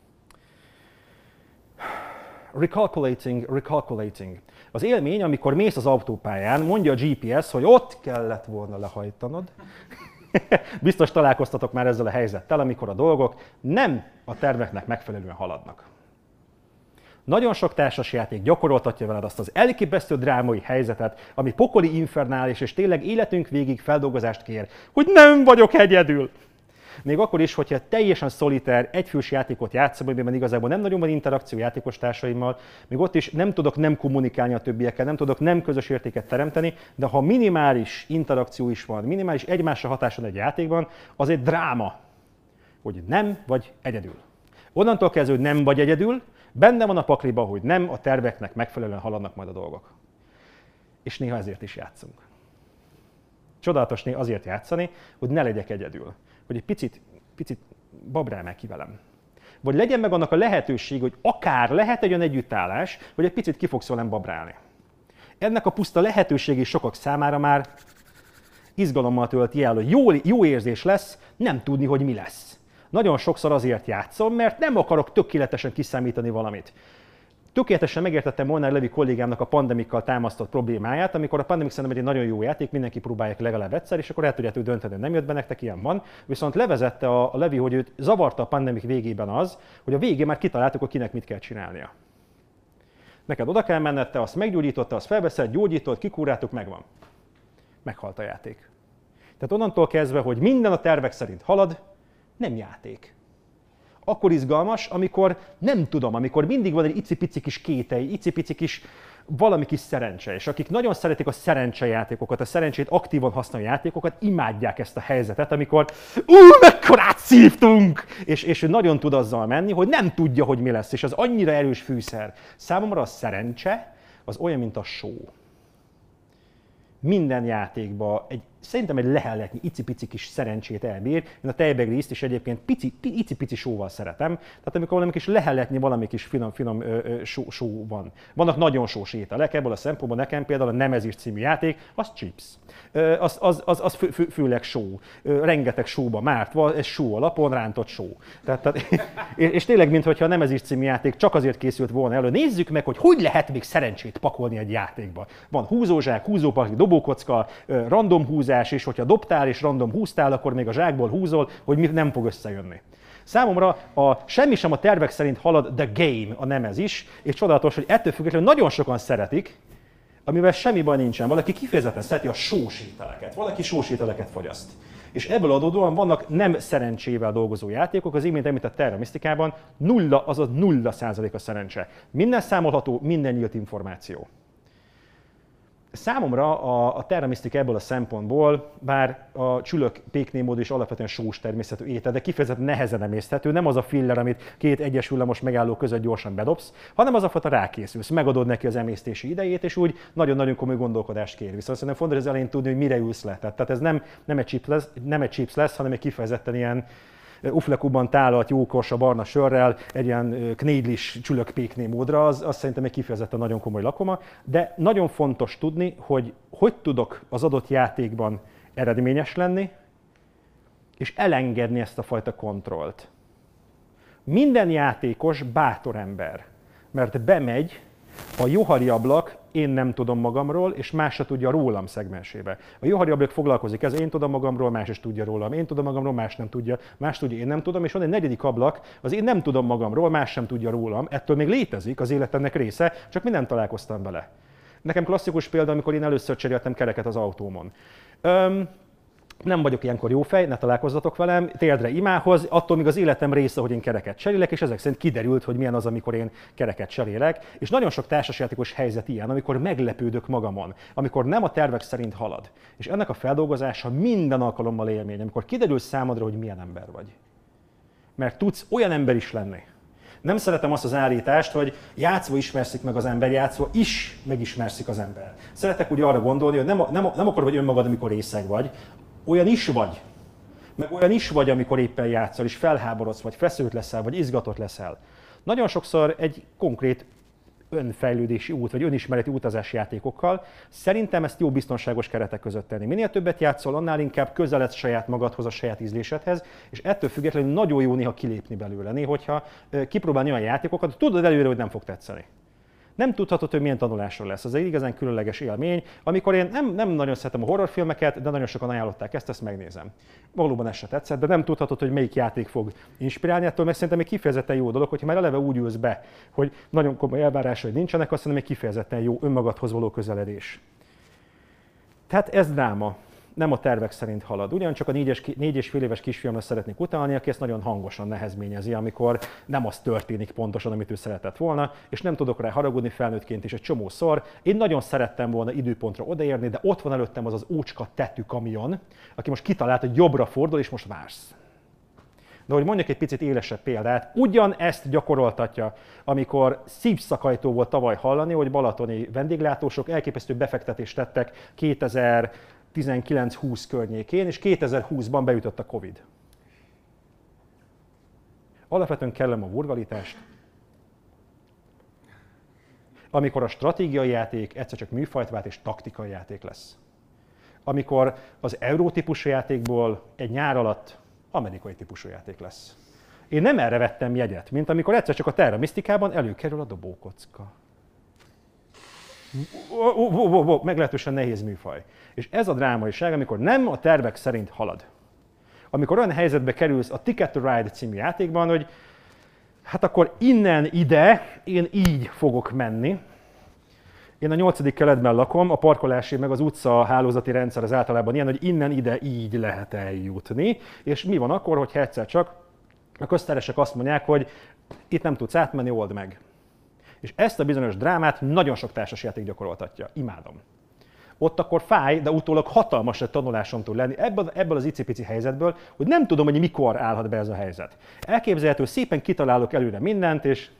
Recalculating. Az élmény, amikor mész az autópályán, mondja a GPS, hogy ott kellett volna lehajtanod. Biztos találkoztatok már ezzel a helyzettel, amikor a dolgok nem a terveknek megfelelően haladnak. Nagyon sok társasjáték gyakoroltatja veled azt az elképesztő drámai helyzetet, ami pokoli infernális és tényleg életünk végig feldolgozást kér, hogy nem vagyok egyedül. Még akkor is, hogyha teljesen szoliter, egyfős játékot játszom, amiben igazából nem nagyon van interakció játékos társaimmal, még ott is nem tudok nem kommunikálni a többiekkel, nem tudok nem közös értéket teremteni, de ha minimális interakció is van, minimális egymásra hatáson egy játékban, az egy dráma, hogy nem vagy egyedül. Onnantól kezdve, hogy nem vagy egyedül, benne van a pakliba, hogy nem a terveknek megfelelően haladnak majd a dolgok. És néha ezért is játszunk. Csodálatos néha azért játszani, hogy ne legyek egyedül. Hogy egy picit babrál meg ki velem. Vagy legyen meg annak a lehetőség, hogy akár lehet egy olyan együttállás, hogy egy picit ki fogsz velem babrálni. Ennek a puszta lehetőség is sokak számára már izgalommal tölti el, hogy jó érzés lesz, nem tudni, hogy mi lesz. Nagyon sokszor azért játszom, mert nem akarok tökéletesen kiszámítani valamit. Tökéletesen megértettem Molnár Levi kollégámnak a Pandemikkal támasztott problémáját, amikor a Pandemic szerintem egy nagyon jó játék, mindenki próbálja legalább egyszer, és akkor el tudjátok dönteni, nem jött be nektek, ilyen van. Viszont levezette a Levi, hogy őt zavarta a Pandemic végében az, hogy a végén már kitaláltuk, hogy kinek mit kell csinálnia. Neked oda kell menned, te azt meggyógyította, azt felveszed, gyógyítod, kikúráltuk, megvan. Meghalt a játék. Tehát onnantól kezdve, hogy minden a tervek szerint halad, nem játék. Akkor izgalmas, amikor nem tudom, amikor mindig van egy icipici kis kételj, icipici kis valami kis szerencse. És akik nagyon szeretik a szerencsejátékokat, a szerencsét aktívan használó játékokat, imádják ezt a helyzetet, amikor mekkorát szívtunk! És ő nagyon tud azzal menni, hogy nem tudja, hogy mi lesz, és az annyira erős fűszer. Számomra a szerencse az olyan, mint a só. Minden játékban szerintem egy lehelletnyi icipici kis szerencsét elbír. Én a tejbegrészt is egyébként icipici sóval szeretem. Tehát amikor valami kis lehelletnyi, valami kis finom só van. Vannak nagyon sós ételek, ebből a szempontból nekem például a Nemesis című játék, az chips. Az főleg só. Rengeteg sóba mártva, ez só alapon, rántott só. És tényleg, mintha a Nemesis című játék csak azért készült volna elő. Nézzük meg, hogy lehet még szerencsét pakolni egy játékba. Van húzózsák, húzópakli, dobókocka, random húzás, és hogyha dobtál és random húztál, akkor még a zsákból húzol, hogy mi nem fog összejönni. Számomra semmi sem a tervek szerint halad The Game, a Nemesis, és csodálatos, hogy ettől függetlenül nagyon sokan szeretik, amivel semmi baj nincsen. Valaki kifejezetten szereti a sós ételeket, valaki sós ételeket fogyaszt. És ebből adódóan vannak nem szerencsével dolgozó játékok, az imént említett Terra Mysticában 0% a szerencse. Minden számolható, minden nyílt információ. Számomra a Terra Mystica ebből a szempontból, bár a csülök péknémód is alapvetően sós természetű étel, de kifejezetten nehezen emészthető, nem az a filler, amit két egyes villamos megálló között gyorsan bedobsz, hanem az a fajta rákészülsz, megadod neki az emésztési idejét, és úgy nagyon-nagyon komoly gondolkodást kér. Viszont szerintem fontos az elején tudni, hogy mire ülsz le. Tehát ez nem egy chips lesz, hanem egy kifejezetten ilyen uflekúban tálalt jókos a barna sörrel, egy ilyen knédlis csülökpékné módra, az szerintem egy kifejezetten nagyon komoly lakoma, de nagyon fontos tudni, hogy tudok az adott játékban eredményes lenni, és elengedni ezt a fajta kontrollt. Minden játékos bátor ember, mert bemegy a Johari ablak, én nem tudom magamról, és más se tudja rólam szegmensébe. A Johari ablak foglalkozik ezzel, én tudom magamról, más is tudja rólam, én tudom magamról, más nem tudja, más tudja, én nem tudom, és van egy negyedik ablak, az én nem tudom magamról, más sem tudja rólam, ettől még létezik, az életemnek része, csak mi nem találkoztam vele. Nekem klasszikus példa, amikor én először cseréltem kereket az autómon. Nem vagyok ilyenkor jó fej, ne találkozzatok velem, térdre imához, attól még az életem része, hogy én kereket cserélek, és ezek szerint kiderült, hogy milyen az, amikor én kereket cserélek. És nagyon sok társasjátékos helyzet ilyen, amikor meglepődök magamon, amikor nem a tervek szerint halad. És ennek a feldolgozása minden alkalommal élmény, amikor kiderül számodra, hogy milyen ember vagy. Mert tudsz olyan ember is lenni. Nem szeretem azt az állítást, hogy játszva ismerszik meg az ember, játszva is megismerszik az ember. Szeretek úgy arra gondolni, hogy nem akar vagy önmagad, amikor részeg vagy, olyan is vagy, meg olyan is vagy, amikor éppen játszol, és felháborodsz, vagy feszült leszel, vagy izgatott leszel. Nagyon sokszor egy konkrét önfejlődési út, vagy önismereti utazási játékokkal szerintem ezt jó biztonságos keretek között tenni. Minél többet játszol, annál inkább közeledsz saját magadhoz, a saját ízlésedhez, és ettől függetlenül nagyon jó néha kilépni belőle. Néha, hogyha kipróbálni olyan játékokat, tudod előre, hogy nem fog tetszeni. Nem tudhatod, hogy milyen tanulásról lesz. Ez egy igazán különleges élmény, amikor én nem nagyon szeretem a horrorfilmeket, de nagyon sokan ajánlották ezt megnézem. Valóban ez se tetszett, de nem tudhatod, hogy melyik játék fog inspirálni, ettől meg szerintem egy kifejezetten jó dolog, hogyha már eleve úgy ülsz be, hogy nagyon komoly elvárásai nincsenek, azt szerintem egy kifejezetten jó önmagadhoz való közeledés. Tehát ez dráma. Nem a tervek szerint halad. Ugyancsak a 4,5 éves kisfiamra szeretnék utalni, aki ezt nagyon hangosan nehezményezi, amikor nem az történik pontosan, amit ő szeretett volna, és nem tudok rá haragudni felnőttként is egy csomószor. Én nagyon szerettem volna időpontra odaérni, de ott van előttem az ócska tetű kamion, aki most kitalált, hogy jobbra fordul, és most vársz. De hogy mondjak egy picit élesebb példát, ugyanezt gyakoroltatja, amikor szívszakajtó volt tavaly hallani, hogy balatoni vendéglátósok elképesztő befektetést tettek 2019-20 környékén, és 2020-ban beütött a Covid. Alapvetően kellem a burgalitást, amikor a stratégiai játék egyszer csak műfajt vált és taktikai játék lesz. Amikor az euró típusú játékból egy nyár alatt amerikai típusú játék lesz. Én nem erre vettem jegyet, mint amikor egyszer csak a Terra Mysticában előkerül a dobókocka. Meglehetősen nehéz műfaj. És ez a drámaiság, amikor nem a tervek szerint halad. Amikor olyan helyzetbe kerülsz a Ticket to Ride című játékban, hogy hát akkor innen ide én így fogok menni, Én a 8. keletben lakom, a parkolási meg az utca hálózati rendszer az általában ilyen, hogy innen ide így lehet eljutni, és mi van akkor, hogyha egyszer csak a közteresek azt mondják, hogy itt nem tudsz átmenni, old meg. És ezt a bizonyos drámát nagyon sok társasjáték gyakoroltatja. Imádom. Ott akkor fáj, de utólag hatalmas egy tanulásom tud lenni ebből az icipici helyzetből, hogy nem tudom, hogy mikor állhat be ez a helyzet. Elképzelhető, szépen kitalálok előre mindent, és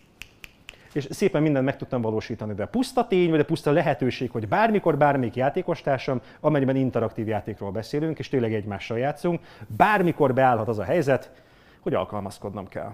szépen mindent meg tudtam valósítani, de puszta tény, vagy a puszta lehetőség, hogy bármikor bármelyik játékostársam, amennyiben interaktív játékról beszélünk, és tényleg egymással játszunk, bármikor beállhat az a helyzet, hogy alkalmazkodnom kell.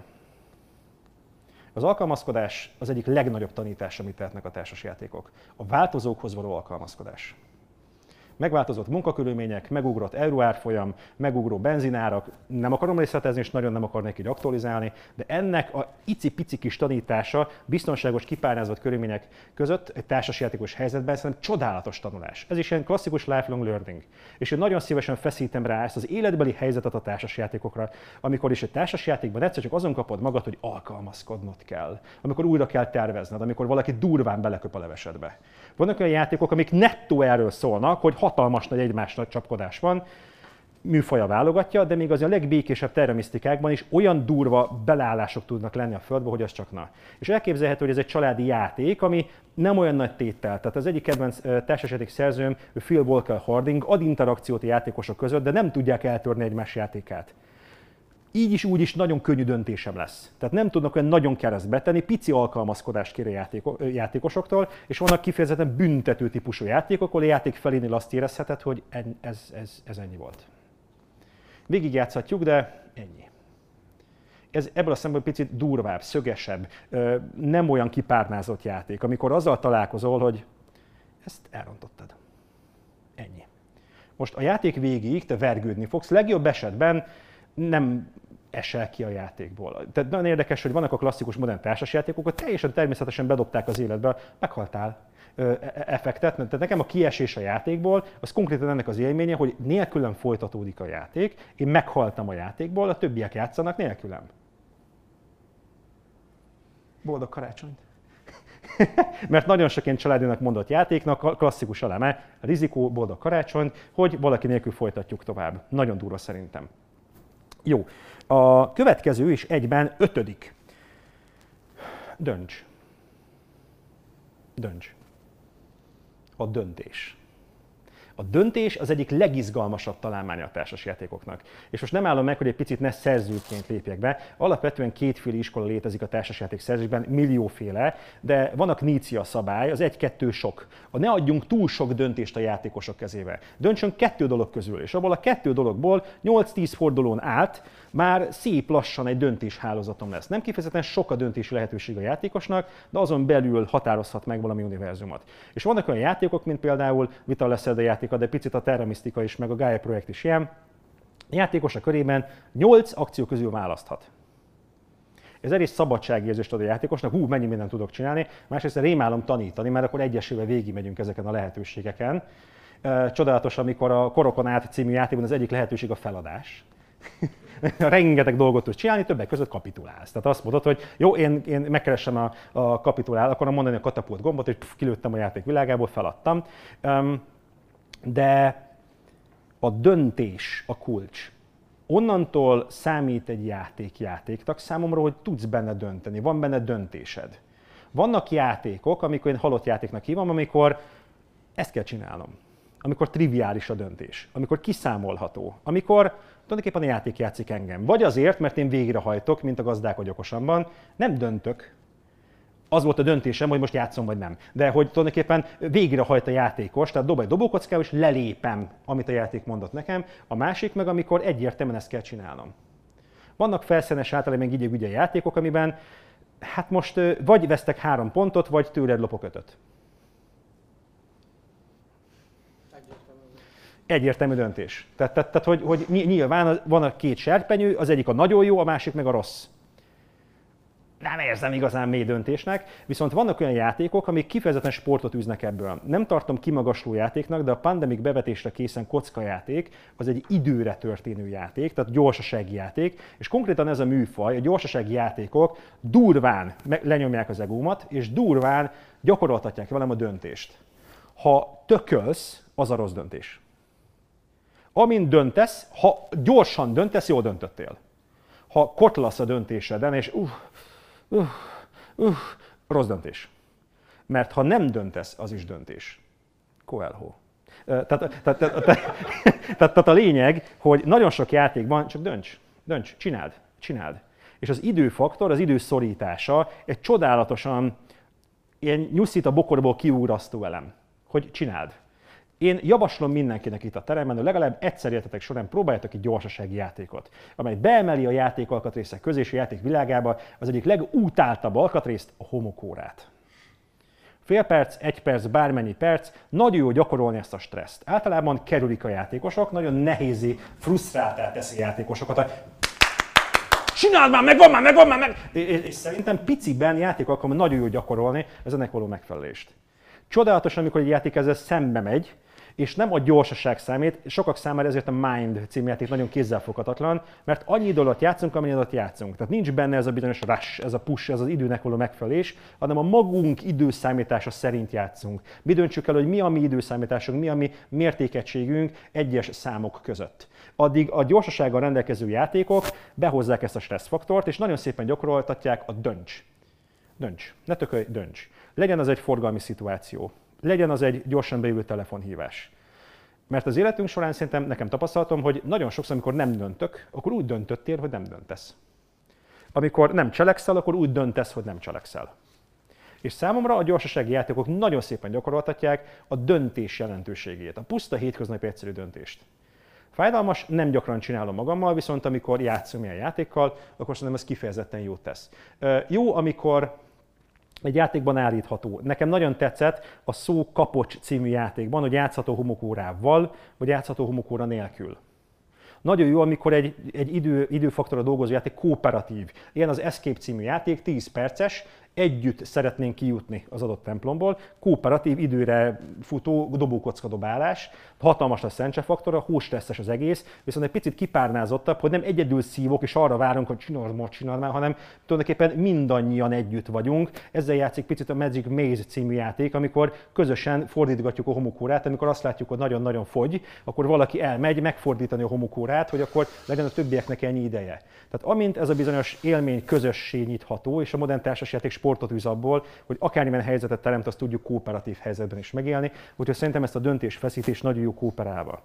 Az alkalmazkodás az egyik legnagyobb tanítás, amit tehetnek a társasjátékok. A változókhoz való alkalmazkodás. Megváltozott munkakörülmények, megugrott euróárfolyam, megugró benzinárak, nem akarom részletezni, és nagyon nem akarnék így aktualizálni, de ennek a icipici kis tanítása biztonságos, kipárnázott körülmények között egy társasjátékos helyzetben szerintem csodálatos tanulás. Ez is ilyen klasszikus lifelong learning. És én nagyon szívesen feszítem rá ezt az életbeli helyzetet a társasjátékokra, amikor is egy társasjátékban egyszer csak azon kapod magad, hogy alkalmazkodnod kell, amikor újra kell tervezned, amikor valaki durván beleköp a levesedbe. Vannak olyan játékok, amik nettó erről szólnak, hogy hatalmas nagy egymás nagy csapkodás van, műfaja válogatja, de még az a legbékésebb terramisztikákban is olyan durva beleállások tudnak lenni a földbe, hogy az csak na. És elképzelhető, hogy ez egy családi játék, ami nem olyan nagy téttel. Tehát az egyik kedvenc társasjáték szerzőm, Phil Walker Harding, ad interakciót a játékosok között, de nem tudják eltörni egymás játékát. Így is, úgy is nagyon könnyű döntésem lesz. Tehát nem tudnak olyan nagyon keresztbe tenni, pici alkalmazkodást kér a játékosoktól, és vannak kifejezetten büntető típusú játékok, ahol a játék felénél azt érezheted, hogy ez ennyi volt. Végigjátszhatjuk, de ennyi. Ez ebből a szempontból picit durvább, szögesebb, nem olyan kipárnázott játék, amikor azzal találkozol, hogy ezt elrontottad. Ennyi. Most a játék végéig te vergődni fogsz, legjobb esetben nem esel ki a játékból. Tehát nagyon érdekes, hogy vannak a klasszikus modern társasjátékokat, teljesen természetesen bedobták az életbe, meghaltál effektet. Tehát nekem a kiesés a játékból, az konkrétan ennek az élménye, hogy nélkülem folytatódik a játék, én meghaltam a játékból, a többiek játszanak nélkülem. Boldog karácsonyt! Mert nagyon sok ilyen családinak mondott játéknak a klasszikus eleme, a rizikó, boldog karácsonyt, hogy valaki nélkül folytatjuk tovább. Nagyon durva szerintem. Jó, a következő is egyben 5. Dönts. Dönts. A döntés. A döntés az egyik legizgalmasabb találmánya a társasjátékoknak. És most nem állom meg, hogy egy picit ne szerzőként lépjek be. Alapvetően kétféle iskola létezik a társasjáték szerzésben, millióféle, de vannak Nícia szabály, az 1-2 sok. Ne adjunk túl sok döntést a játékosok kezébe. Döntsön 2 dolog közül, és abból a 2 dologból 8-10 fordulón át már szép lassan egy döntéshálózatom lesz. Nem kifejezetten sok a döntési lehetőség a játékosnak, de azon belül határozhat meg valami univerzumot. És vannak olyan játékok, mint például Vital Lacerda játéka, de picit a Terra Mystica is, meg a Gaia projekt is ilyen. A játékos a körében 8 akció közül választhat. Ez elég szabadságérzést ad a játékosnak, mennyi mindent tudok csinálni, másrészt rémálom tanítani, mert akkor egyesével végigmegyünk ezeken a lehetőségeken. Csodálatos, amikor a Korokon át című játékban az egyik lehetőség a feladás. Rengeteg dolgot tudsz csinálni, többek között kapitulálsz. Tehát azt mondod, hogy jó, én megkeresem a kapitulál, akarom mondani a katapult gombot, és kilőttem a játék világából, feladtam. De a döntés a kulcs. Onnantól számít egy játéknak számomra, hogy tudsz benne dönteni, van benne döntésed. Vannak játékok, amikor én halott játéknak hívom, amikor ezt kell csinálnom. Amikor triviális a döntés, amikor kiszámolható, amikor tulajdonképpen a játék játszik engem. Vagy azért, mert én végrehajtok, mint a gazdák vagy okosamban, nem döntök. Az volt a döntésem, hogy most játszom vagy nem. De hogy tulajdonképpen végrehajt a játékos, tehát dob egy dobókockával, és lelépem, amit a játék mondott nekem. A másik meg, amikor egyértelműen ezt kell csinálnom. Vannak felszínes általában még így játékok, amiben hát most vagy vesztek 3 pontot, vagy tőled lopok 5-öt. Egyértelmű döntés. Tehát hogy nyilván van a 2 serpenyő, az egyik a nagyon jó, a másik meg a rossz. nem érzem igazán mély döntésnek, viszont vannak olyan játékok, amik kifejezetten sportot űznek ebből. Nem tartom kimagasló játéknak, de a Pandemic bevetésre készen kockajáték az egy időre történő játék, tehát gyorsasági játék, és konkrétan ez a műfaj, a gyorsasági játékok durván lenyomják az egómat, és durván gyakoroltatják velem a döntést. Ha tökölsz, az a rossz döntés. Amint döntesz, ha gyorsan döntesz, jól döntöttél. Ha kotlasz a döntéseden, és rossz döntés. Mert ha nem döntesz, az is döntés. Coelho. Tehát a lényeg, hogy nagyon sok játékban csak dönts, csináld. És az időfaktor, az idő szorítása egy csodálatosan ilyen nyuszít a bokorból kiugrasztó elem, hogy csináld. Én javaslom mindenkinek itt a teremben, hogy legalább egyszer életetek során próbáljatok ki gyorsasági játékot, amely beemeli a játék alkatrészek közé és a játék világába az egyik legutáltabb alkatrészt, a homokórát. Fél perc, 1 perc, bármennyi perc, nagyon jó gyakorolni ezt a stresszt. Általában kerülik a játékosok, nagyon nehézé, frusztráltá teszi a játékosokat, csináld már, megvan már! És szerintem piciben játékalkalommal nagyon jó gyakorolni az ennek való megfelelést. Csodálatos, amikor egy játék ezzel szembe megy, és nem a gyorsaság számít, sokak számára ezért a Mind című játék nagyon kézzelfoghatatlan, mert annyi idő alatt játszunk, amennyi alatt játszunk. Tehát nincs benne ez a bizonyos rush, ez a push, ez az időnek való megfelelés, hanem a magunk időszámítása szerint játszunk. Mi döntsük el, hogy mi a mi időszámításunk, mi a mi mértékegységünk egyes számok között. Addig a gyorsasággal rendelkező játékok behozzák ezt a stresszfaktort, és nagyon szépen gyakoroltatják a dönts. Ne tökölj, dönts. Legyen az egy forgalmi szituáció. Legyen az egy gyorsan beülő telefonhívás. Mert az életünk során szerintem nekem tapasztalatom, hogy nagyon sokszor, amikor nem döntök, akkor úgy döntöttél, hogy nem döntesz. Amikor nem cselekszel, akkor úgy döntesz, hogy nem cselekszel. És számomra a gyorsasági játékok nagyon szépen gyakoroltatják a döntés jelentőségét, a puszta hétköznapi egyszerű döntést. Fájdalmas, nem gyakran csinálom magammal, viszont amikor játszom ilyen játékkal, akkor szerintem ez kifejezetten jót tesz. Jó, amikor egy játékban állítható. Nekem nagyon tetszett a Szó Kapocs című játékban, hogy játszható homokórával, vagy játszható homokóra nélkül. Nagyon jó, amikor egy időfaktorra dolgozó játék kooperatív. Ilyen az Escape című játék, 10 perces, együtt szeretnénk kijutni az adott templomból, kooperatív, időre futó dobókockadobálás, hatalmas a szentse-faktora, hóstresszes az egész, viszont egy picit kipárnázottabb, hogy nem egyedül szívok és arra várunk, hogy csináld már, hanem tulajdonképpen mindannyian együtt vagyunk. Ezzel játszik picit a Magic Maze című játék, amikor közösen fordítgatjuk a homokórát, amikor azt látjuk, hogy nagyon-nagyon fogy, akkor valaki elmegy megfordítani a homokórát, hogy akkor legyen a többieknek ennyi ideje. Tehát amint ez a bizonyos élmény közössé nyitható, és a modern társasjáték sportot űz abból, hogy akármilyen helyzetet teremt, azt tudjuk kooperatív helyzetben is megélni, úgyhogy szerintem ezt a döntésfeszítés nagyon jó kooperálva.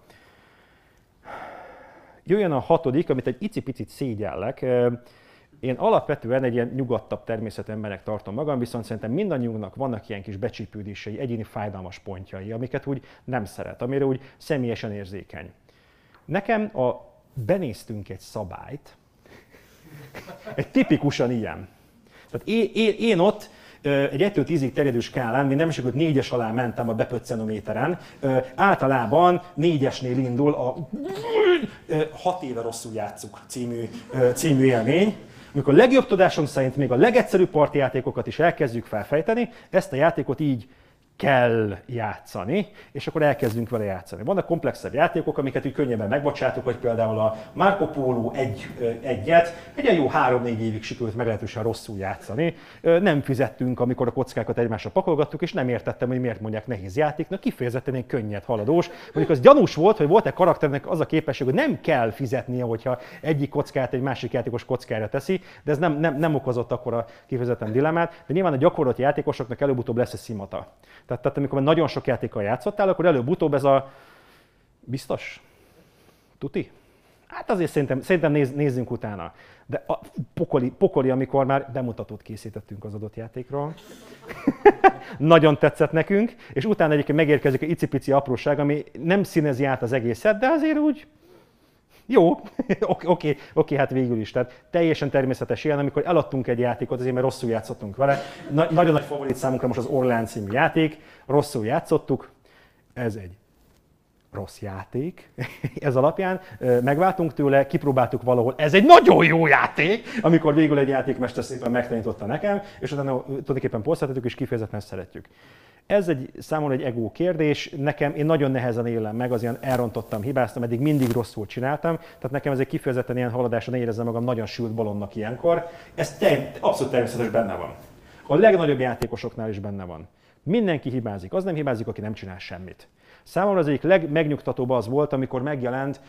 Jöjjön a 6., amit egy icipicit szégyellek. Én alapvetően egy ilyen nyugodtabb természetű embernek tartom magam, viszont szerintem mindannyiunknak vannak ilyen kis becsípődései, egyéni fájdalmas pontjai, amiket úgy nem szeret, amire úgy személyesen érzékeny. Nekem benéztünk egy szabályt, egy tipikusan ilyen. Tehát én ott egy 1-től 10-ig terjedő skálán, mint nem sikerült 4-es alá mentem a bepöccenométeren, általában 4-esnél indul a 6 éve rosszul játszuk című élmény, amikor a legjobb tudásunk szerint még a legegyszerűbb partijátékokat is elkezdjük felfejteni, ezt a játékot így kell játszani, és akkor elkezdünk vele játszani. Vannak komplexebb játékok, amiket úgy könnyebben megbocsátok, hogy például a Marco Polo egyet egy jó 3-4 évig sikerült meglehetősen rosszul játszani. Nem fizettünk, amikor a kockákat egymásra pakolgattuk, és nem értettem, hogy miért mondják nehéz játéknak, kifejezetten egy könnyed haladós. Mondjuk az gyanús volt, hogy volt egy karakternek az a képesség, hogy nem kell fizetnie, hogyha egyik kockát egy másik játékos kockára teszi, de ez nem okozott akkora kifejezetten dilemmát, de nyilván a gyakorlott játékosoknak előbb-utóbb lesz egy szimata. Tehát amikor nagyon sok játékkal játszottál, akkor előbb-utóbb ez a... Biztos? Tuti? Hát azért szerintem nézzünk utána. De a pokoli, amikor már bemutatót készítettünk az adott játékról. Nagyon tetszett nekünk, és utána egyébként megérkezik egy icipici apróság, ami nem színezi át az egészet, de azért úgy... Jó, oké, hát végül is. Tehát teljesen természetes ilyen, amikor eladtunk egy játékot, azért mert rosszul játszottunk vele. Nagyon nagy favorit számunkra most az Orleans című játék, rosszul játszottuk, ez egy rossz játék, ez alapján megváltunk tőle, kipróbáltuk valahol, ez egy nagyon jó játék, amikor végül egy játékmester szépen megtanította nekem, és utána tulajdonképpen polszáltatjuk és kifejezetten szeretjük. Ez számomra egy ego kérdés, én nagyon nehezen élem meg, az ilyen elrontottam, hibáztam, eddig mindig rosszul csináltam, tehát nekem ez egy kifejezetten ilyen haladásra, ne érezzem magam nagyon sült balonnak ilyenkor. Ez abszolút természetes, benne van. A legnagyobb játékosoknál is benne van. Mindenki hibázik, az nem hibázik, aki nem csinál semmit. Számomra az egyik legmegnyugtatóbb az volt, amikor megjelent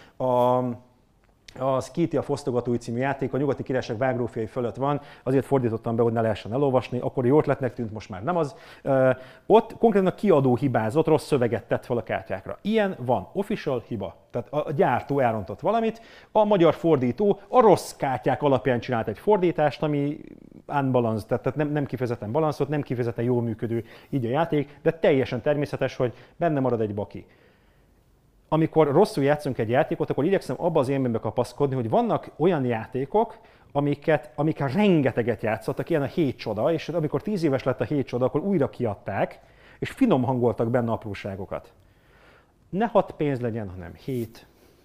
a Skytia Fosztogatói című játék, a Nyugati Királyság vágrófiai fölött van, azért fordítottam be, hogy ne lehessen elolvasni, akkor jó ötletnek tűnt, most már nem az. Ott konkrétan a kiadó hibázott, rossz szöveget tett fel a kártyákra. Ilyen van, official hiba. Tehát a gyártó elrontott valamit, a magyar fordító a rossz kártyák alapján csinált egy fordítást, ami unbalanced, tehát nem kifejezetten balanszolt, nem kifejezetten jól működő így a játék, de teljesen természetes, hogy benne marad egy baki. Amikor rosszul játszunk egy játékot, akkor igyekszem abba az élménybe kapaszkodni, hogy vannak olyan játékok, amikkel rengeteget játszottak, ilyen a 7 csoda, és amikor 10 éves lett a 7 csoda, akkor újra kiadták, és finom hangoltak benne apróságokat. Ne 6 pénz legyen, hanem 7.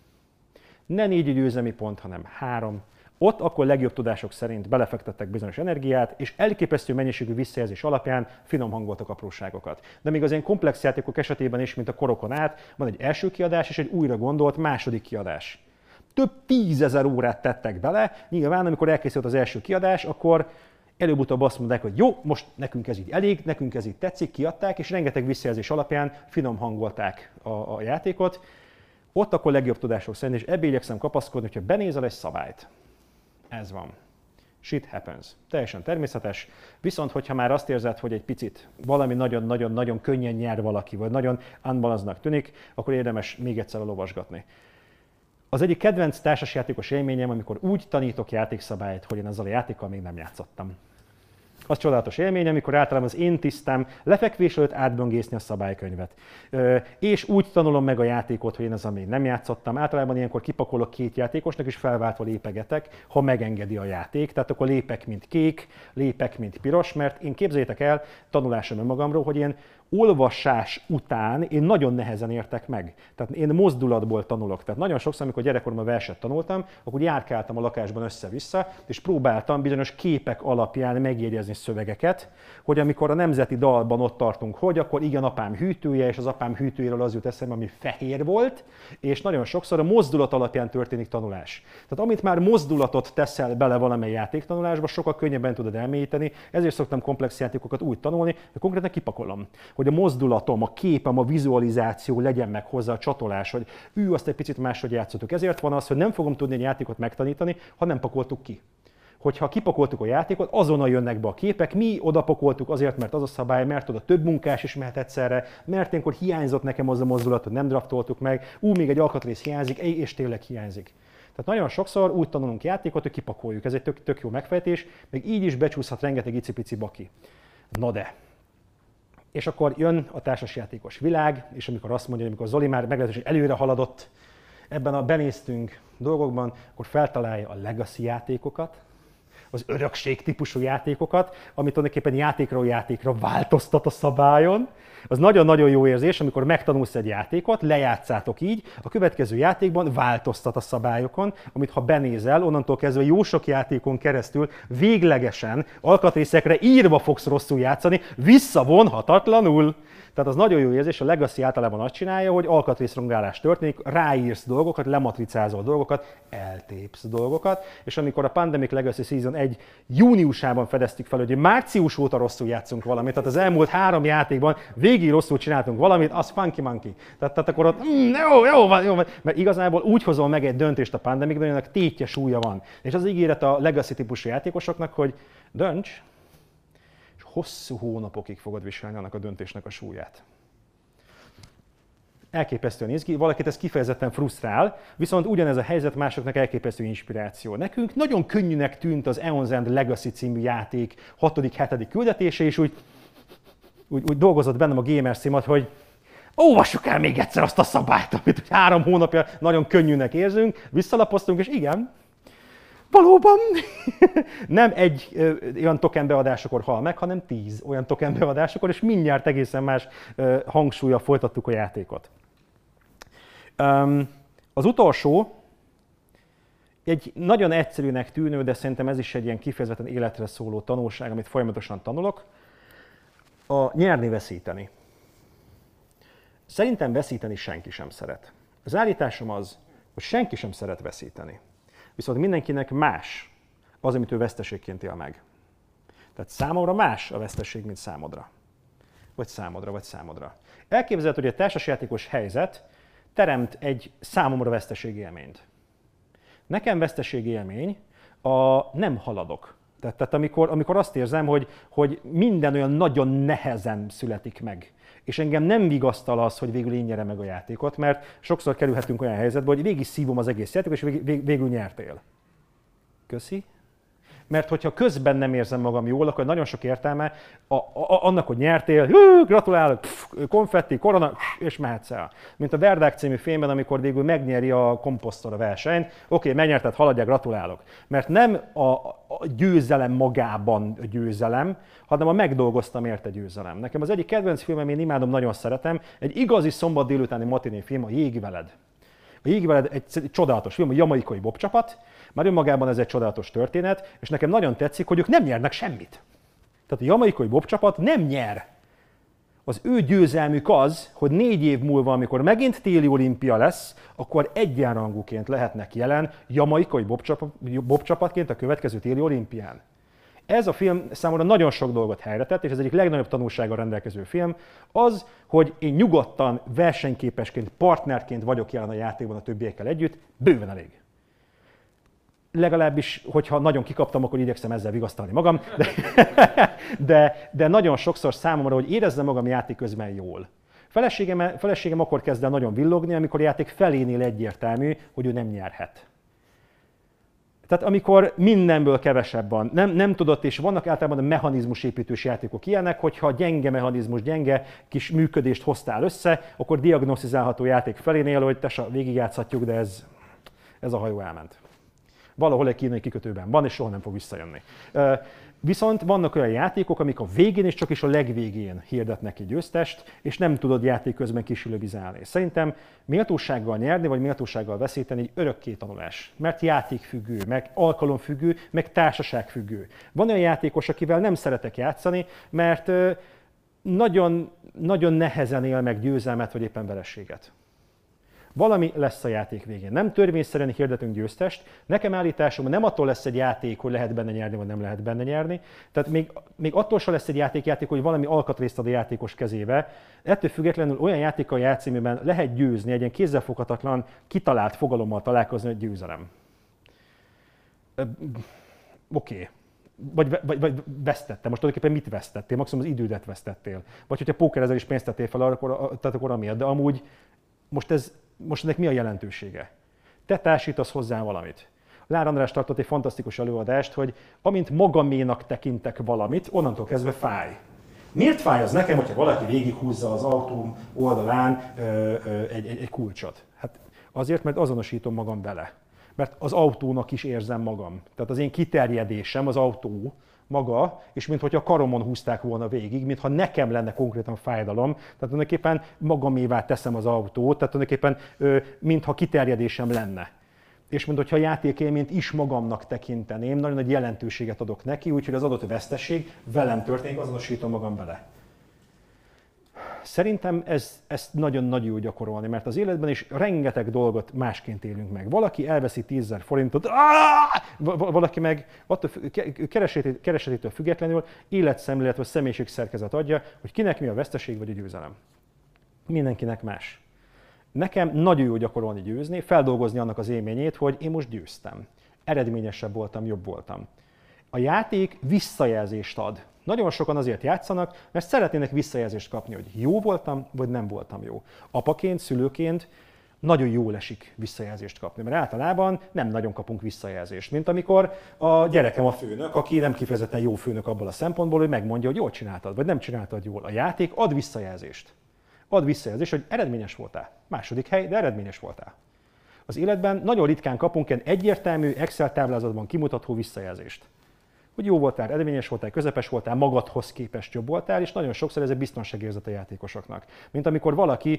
Ne 4 győzelmi pont, hanem 3. Ott akkor legjobb tudások szerint belefektettek bizonyos energiát, és elképesztő mennyiségű visszajelzés alapján finom hangoltak apróságokat. De még az ilyen komplex játékok esetében is, mint a korokon át, van egy első kiadás és egy újra gondolt második kiadás. Több 10 000 órát tettek bele, nyilván amikor elkészült az első kiadás, akkor előbb-utóbb azt mondták, hogy jó, most nekünk ez így elég, nekünk ez így tetszik, kiadták, és rengeteg visszajelzés alapján finom hangolták a játékot. Ott akkor legjobb tudások szerint, és ebből igyekszem kapaszkodni, hogyha benézel egy szabályt. Ez van. Shit happens. Teljesen természetes. Viszont, hogyha már azt érzed, hogy egy picit valami nagyon-nagyon-nagyon könnyen nyer valaki, vagy nagyon unbalancednak tűnik, akkor érdemes még egyszer olvasgatni. Az egyik kedvenc társasjátékos élményem, amikor úgy tanítok játékszabályt, hogy én ezzel a játékkal még nem játszottam. Az csodálatos élmény, amikor általában az én tisztem lefekvés előtt átböngészni a szabálykönyvet. És úgy tanulom meg a játékot, hogy én ezzel még nem játszottam. Általában ilyenkor kipakolok 2 játékosnak, és felváltva lépegetek, ha megengedi a játék. Tehát akkor lépek, mint kék, lépek, mint piros, mert én képzeljétek el, tanulásom önmagamról, hogy én olvasás után én nagyon nehezen értek meg. Tehát én mozdulatból tanulok. Tehát nagyon sokszor, amikor gyerekkoromban verset tanultam, akkor járkáltam a lakásban össze-vissza, és próbáltam bizonyos képek alapján megjegyezni szövegeket, hogy amikor a nemzeti dalban ott tartunk, hogy akkor igen, apám hűtője, és az apám hűtőjéről az jut eszembe, ami fehér volt, és nagyon sokszor a mozdulat alapján történik tanulás. Tehát amit már mozdulatot teszel bele valamely játéktanulásba, sokkal könnyebben tudod elmélyíteni, ezért szoktam komplex játékokat úgy tanulni, hogy konkrétan kipakolom. Hogy a mozdulatom, a képem, a vizualizáció legyen meg hozzá, a csatolás, hogy azt egy picit máshogy játszottuk. Ezért van az, hogy nem fogom tudni egy játékot megtanítani, ha nem pakoltuk ki. Hogyha kipakoltuk a játékot, azonnal jönnek be a képek, mi odapakoltuk azért, mert az a szabály, mert oda több munkás is mehet egyszerre, mert ilyenkor hiányzott nekem az a mozdulat, hogy nem draftoltuk meg, még egy alkatrész hiányzik, és tényleg hiányzik. Tehát nagyon sokszor úgy tanulunk játékot, hogy kipakoljuk. Ez egy tök jó megfejtés, még így is becsúszhat rengeteg icipici baki. Na de. És akkor jön a társasjátékos világ, és amikor azt mondja, amikor Zoli már meglehetősen előre haladott ebben a benéztünk dolgokban, akkor feltalálja a legacy játékokat, az örökség típusú játékokat, amit tulajdonképpen játékról játékra változtat a szabályon. Az nagyon-nagyon jó érzés, amikor megtanulsz egy játékot, lejátszátok így, a következő játékban változtat a szabályokon, amit ha benézel, onnantól kezdve jó sok játékon keresztül véglegesen alkatrészekre írva fogsz rosszul játszani, visszavonhatatlanul. Tehát az nagyon jó érzés, a Legacy általában azt csinálja, hogy alkatrészrongálás történik, ráírsz dolgokat, lematricázol dolgokat, eltépsz dolgokat, és amikor a Pandemic Legacy Season 1 júniusában fedeztük fel, hogy március óta rosszul játszunk valamit, tehát az elmúlt 3 játékban végig rosszul csináltunk valamit, az funky monkey. Tehát akkor ott jó van, mert igazából úgy hozol meg egy döntést a Pandemicben, hogy ennek tétje súlya van. És az ígéret a Legacy típusú játékosoknak, hogy dönts, hosszú hónapokig fogod viselni annak a döntésnek a súlyát. Elképesztően izgi, valakit ez kifejezetten frusztrál, viszont ugyanez a helyzet másoknak elképesztő inspiráció. Nekünk nagyon könnyűnek tűnt az Eon's End Legacy című játék 6.-7. küldetése, és úgy dolgozott bennem a gamer szimat, hogy olvassuk el még egyszer azt a szabályt, amit 3 hónapja nagyon könnyűnek érzünk, visszalapoztunk, és igen, valóban nem egy olyan token beadásakor hal meg, hanem 10 olyan token beadásakor, és mindjárt egészen más hangsúllyal folytattuk a játékot. Az utolsó, egy nagyon egyszerűnek tűnő, de szerintem ez is egy ilyen kifejezetten életre szóló tanulság, amit folyamatosan tanulok, a nyerni-veszíteni. Szerintem veszíteni senki sem szeret. Az állításom az, hogy senki sem szeret veszíteni. Viszont mindenkinek más az, amit ő veszteségként él meg. Tehát számomra más a veszteség, mint számodra. Vagy számodra, vagy számodra. Elképzelhető, hogy egy társasjátékos helyzet teremt egy számomra veszteségélményt. Nekem veszteségélmény a nem haladok. Tehát amikor azt érzem, hogy minden olyan nagyon nehezen születik meg. És engem nem vigasztal az, hogy végül én nyerem meg a játékot, mert sokszor kerülhetünk olyan helyzetbe, hogy végig szívom az egész játékot, és végül nyertél. Köszi. Mert hogyha közben nem érzem magam jól, akkor nagyon sok értelme annak, hogy nyertél, gratulálok, konfetti, korona, és mehetsz el. Mint a Verdák című filmben, amikor végül megnyeri a komposztor a versenyt, oké, megnyerted, haladjál, gratulálok. Mert nem a győzelem magában a győzelem, hanem a megdolgoztam érte győzelem. Nekem az egyik kedvenc filmem, én imádom, nagyon szeretem, egy igazi szombat délutáni matiné film, a Jégveled. A Jégveled egy csodálatos film, a jamaikai bobcsapat, már önmagában ez egy csodálatos történet, és nekem nagyon tetszik, hogy ők nem nyernek semmit. Tehát a jamaikai bobcsapat nem nyer. Az ő győzelmük az, hogy 4 év múlva, amikor megint téli olimpia lesz, akkor egyenrangúként lehetnek jelen jamaikai bobcsapatként a következő téli olimpián. Ez a film számomra nagyon sok dolgot helyretett, és ez egyik legnagyobb tanulsággal rendelkező film, az, hogy én nyugodtan, versenyképesként, partnerként vagyok jelen a játékban a többiekkel együtt, bőven elég. Legalábbis, hogyha nagyon kikaptam, akkor igyekszem ezzel vigasztalni magam, de nagyon sokszor számomra, hogy érezzem magam játék közben jól. Feleségem akkor kezd el nagyon villogni, amikor a játék felénél egyértelmű, hogy ő nem nyerhet. Tehát amikor mindenből kevesebb van, nem tudott, és vannak általában a mechanizmusépítős játékok ilyenek, hogyha gyenge mechanizmus, gyenge kis működést hoztál össze, akkor diagnosztizálható játék felénél, hogy tesa, végigjátszhatjuk, de ez a hajó elment. Valahol egy kínai kikötőben van, és soha nem fog visszajönni. Viszont vannak olyan játékok, amik a végén és csak is a legvégén hirdetnek egy győztest, és nem tudod játék közben kisülöbizálni. Szerintem méltósággal nyerni, vagy méltósággal veszíteni egy örökké tanulás. Mert játékfüggő, meg alkalomfüggő, meg társaságfüggő. Van olyan játékos, akivel nem szeretek játszani, mert nagyon, nagyon nehezen él meg győzelmet, vagy éppen vereséget. Valami lesz a játék végén. Nem törvényszerűen hirdetünk győztest. Nekem állításom, nem attól lesz egy játék, hogy lehet benne nyerni, vagy nem lehet benne nyerni. Tehát még attól sem lesz egy játék, hogy valami alkatrészt ad a játékos kezébe. Ettől függetlenül olyan játékkal játszani, amiben lehet győzni, egy ilyen kézzelfoghatatlan, kitalált fogalommal találkozni, hogy győzelem. Oké. Vagy vesztettem. Most tulajdonképpen mit vesztettél? Maximum az idődet vesztettél. Vagy hogyha pókerezel is pénzt tettél fel, akkor amiatt. De amúgy most ennek mi a jelentősége? Te társítasz hozzá valamit. Lár András tartott egy fantasztikus előadást, hogy amint magaménak tekintek valamit, onnantól kezdve fáj. Miért fáj az nekem, hogyha valaki végighúzza az autóm oldalán egy kulcsot? Hát azért, mert azonosítom magam vele. Mert az autónak is érzem magam. Tehát az én kiterjedésem, az autó maga, és mintha a karomon húzták volna végig, mintha nekem lenne konkrétan fájdalom, tehát tulajdonképpen magamévá teszem az autót, tehát tulajdonképpen mintha kiterjedésem lenne. És mintha a játékélményt is magamnak tekinteném, nagyon nagy jelentőséget adok neki, úgyhogy az adott veszteség velem történik, azonosítom magam vele. Szerintem ezt nagyon-nagyon jó gyakorolni, mert az életben is rengeteg dolgot másként élünk meg. Valaki elveszi 10 000 forintot, valaki meg keresetétől függetlenül életszemlélet vagy személyiségszerkezet adja, hogy kinek mi a veszteség vagy a győzelem. Mindenkinek más. Nekem nagyon jó gyakorolni, győzni, feldolgozni annak az élményét, hogy én most győztem. Eredményesebb voltam, jobb voltam. A játék visszajelzést ad. Nagyon sokan azért játszanak, mert szeretnének visszajelzést kapni, hogy jó voltam, vagy nem voltam jó. Apaként, szülőként nagyon jól esik visszajelzést kapni, mert általában nem nagyon kapunk visszajelzést, mint amikor a gyerekem a főnök, aki nem kifejezetten jó főnök abból a szempontból, hogy megmondja, hogy jól csináltad, vagy nem csináltad jól. A játék ad visszajelzést. Ad visszajelzést, hogy eredményes voltál. Második hely, de eredményes voltál. Az életben nagyon ritkán kapunk egy egyértelmű Excel táblázatban kimutató visszajelzést. Hogy jó voltál, eredményes voltál, közepes voltál, magadhoz képest jobb voltál, és nagyon sokszor ez egy biztonságérzet a játékosoknak. Mint amikor valaki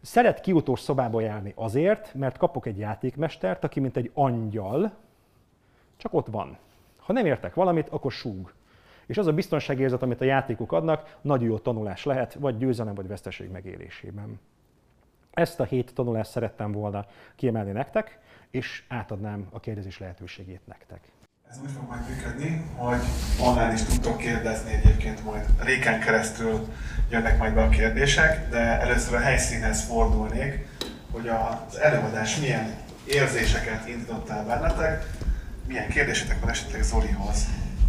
Szeret kiutós szobába járni azért, mert kapok egy játékmestert, aki mint egy angyal, csak ott van. Ha nem értek valamit, akkor súg. És az a biztonságérzet, amit a játékok adnak, nagyon jó tanulás lehet, vagy győzelem, vagy veszteség megélésében. Ezt a 7 tanulást szerettem volna kiemelni nektek, és átadnám a kérdezés lehetőségét nektek. Ez úgy fog majd működni, hogy online is tudtok kérdezni egyébként, majd Réken keresztül jönnek majd be a kérdések, de először a helyszínhez fordulnék, hogy az előadás milyen érzéseket indított el bennetek, milyen kérdésetek van esetleg Zolihoz.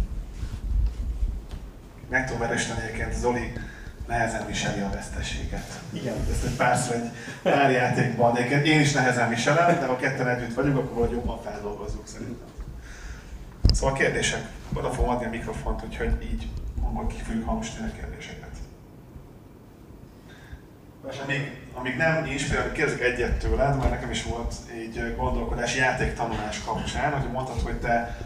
Meg tudom erősíteni egyébként, Zoli nehezen viseli a veszteséget. Igen. Ezt egy párszor egy pár játékban, egyébként én is nehezen viselem, de ha ketten együtt vagyunk, akkor valahogy jobban feldolgozzuk szerintem. Szóval a kérdések, oda fogom adni a mikrofont, úgyhogy így ki fogjuk hangosítani a kérdéseket. És amíg nem inspirálni, kérdezik egyet tőled, mert nekem is volt egy gondolkodás játéktanulás kapcsán, hogy mondtad, hogy te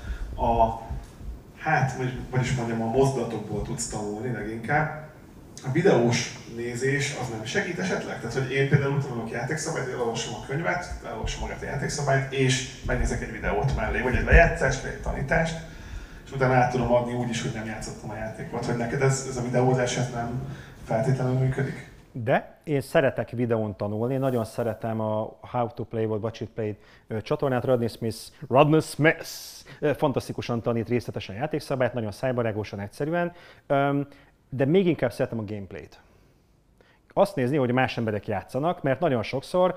a mozdulatokból tudsz tanulni leginkább. A videós nézés az nem segít esetleg? Tehát, hogy én például tanulok játékszabályt, elolvasom a könyvet, elolvasom magát a játékszabályt, és megnézek egy videót mellé, vagy egy lejátszást, vagy egy tanítást, és utána át tudom adni úgy is, hogy nem játszottam a játékot. Hogy neked ez a videózás nem feltétlenül működik? De én szeretek videón tanulni, nagyon szeretem a How to Play vagy Watch It Play csatornát, Rodney Smith fantasztikusan tanít részletesen játékszabályt, nagyon szájbarágosan, egyszerűen, de még inkább szeretem a gameplayt. Azt nézni, hogy más emberek játszanak, mert nagyon sokszor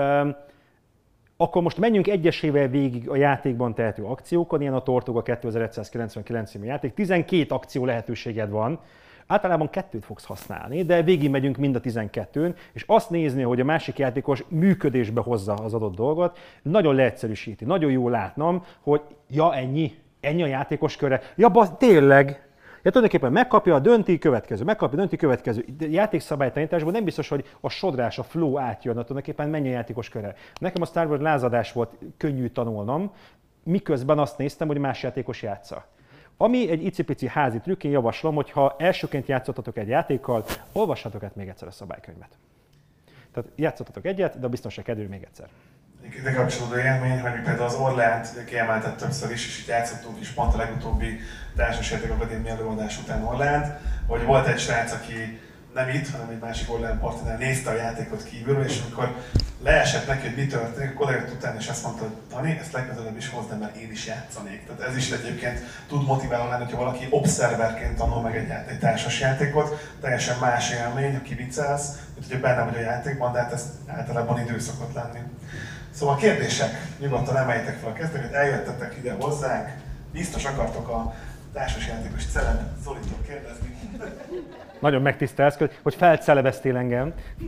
akkor most menjünk egyesével végig a játékban tehető akciókon, ilyen a Tortuga 2199 című játék, 12 akció lehetőséged van, általában 2-t fogsz használni, de végigmegyünk mind a 12-n, és azt nézni, hogy a másik játékos működésbe hozza az adott dolgot, nagyon leegyszerűsíti, nagyon jó látnom, hogy ja ennyi a játékos köre, ja tényleg, ja, tulajdonképpen megkapja, dönti, következő, megkapja, dönti, következő. Játékszabálytanításban nem biztos, hogy a sodrás, a flow átjön, tulajdonképpen mennyi a játékos köre. Nekem a Star Wars lázadás volt könnyű tanulnom, miközben azt néztem, hogy más játékos játsza. Ami egy icipici házi trükk, én javaslom, hogy ha elsőként játszottatok egy játékkal, olvassatok át még egyszer a szabálykönyvet. Tehát játszottatok egyet, de a biztonság kedvéért még egyszer. Ide kapcsolódó élmény, hogy például az Orleánt kiemeltett többször is, és itt játszottunk is pont a legutóbbi társasjáték akadémia előadás után Orleánt, hogy volt egy srác, aki nem itt, hanem egy másik Orleán partinál nézte a játékot kívülről, és amikor leesett neki, hogy mi történik, akkor odajött utána, és azt mondta, hogy Dani, ezt legközelebb is hozd, mert én is játszanék. Tehát ez is egyébként tud motiválni lenni, hogyha valaki obszerverként tanul meg egy társas játékot, teljesen más élmény, ha kiviccelsz, mint hogyha benne vagy a játékban, de hát ez általában idő szokott lenni. Szóval a kérdések, nyugodtan emeljétek fel a kezdőket, eljöttetek ide hozzánk, biztos akartok a társasjátékos celeb Zolitól kérdezni. Nagyon megtisztelsz, hogy felcelebeztél engem.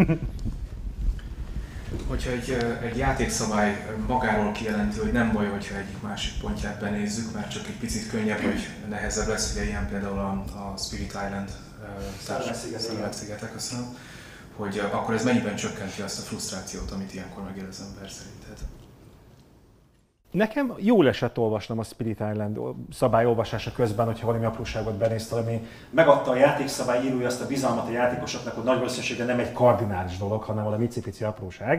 Hogyha egy játékszabály magáról kijelenti, hogy nem baj, hogyha egyik másik pontját benézzük, mert csak egy picit könnyebb vagy nehezebb lesz, ugye ilyen például a Spirit Island Szellem-szigetek, köszönöm, hogy akkor ez mennyiben csökkenti azt a frusztrációt, amit ilyenkor megél az ember szerinted? Nekem jól esett olvasnom a Spirit Island szabályolvasása közben, hogyha valami apróságot benéztem, ami megadta a játékszabály írója azt a bizalmat a játékosoknak, hogy nagy valószínűséggel nem egy kardinális dolog, hanem valami icipici apróság.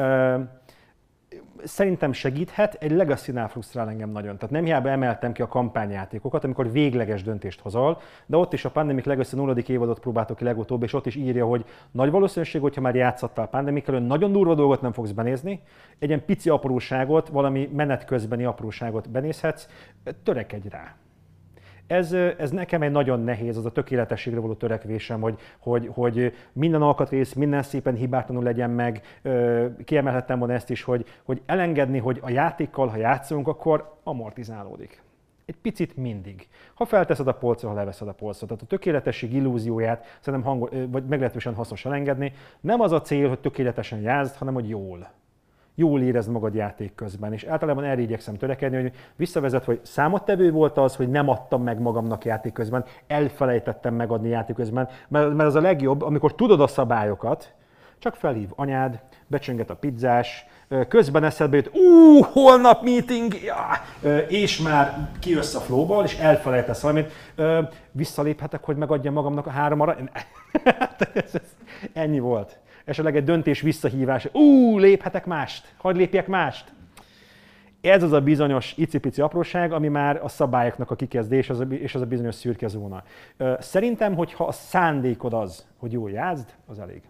Szerintem segíthet, egy Legacy-nál frusztrál engem nagyon. Tehát nem hiába emeltem ki a kampányjátékokat, amikor végleges döntést hozol, de ott is a Pandemic Legacy 0. évadot próbáltok ki legutóbb, és ott is írja, hogy nagy valószínűség, hogyha már játszottál Pandemic előtt, nagyon durva dolgot nem fogsz benézni, egy ilyen pici apróságot, valami menet közbeni apróságot benézhetsz, törekedj rá. Ez nekem egy nagyon nehéz, az a tökéletességre való törekvésem, hogy minden alkatrész, minden szépen hibátlanul legyen meg. Kiemelhettem volna ezt is, hogy elengedni, hogy a játékkal, ha játszunk, akkor amortizálódik. Egy picit mindig. Ha felteszed a polcra, ha leveszed a polcra. Tehát a tökéletesség illúzióját szerintem vagy meglehetősen hasznos elengedni. Nem az a cél, hogy tökéletesen játszd, hanem hogy jól érezd magad játék közben, és általában erre igyekszem törekedni, hogy visszavezet, hogy számottevő volt az, hogy nem adtam meg magamnak játék közben, elfelejtettem megadni játék közben, mert az a legjobb, amikor tudod a szabályokat, csak felhív anyád, becsönget a pizzás, közben eszedbe jut, holnap meeting, és már kijössz a flowból, és elfelejtesz valamit, visszaléphetek, hogy megadjam magamnak a 3 arany? Ennyi volt. esetleg egy döntés visszahívás, léphetek mást, hadd lépjek mást. Ez az a bizonyos icipici apróság, ami már a szabályoknak a kikezdés, és az a bizonyos szürke zóna. Szerintem, hogyha a szándékod az, hogy jól játszd, az elég.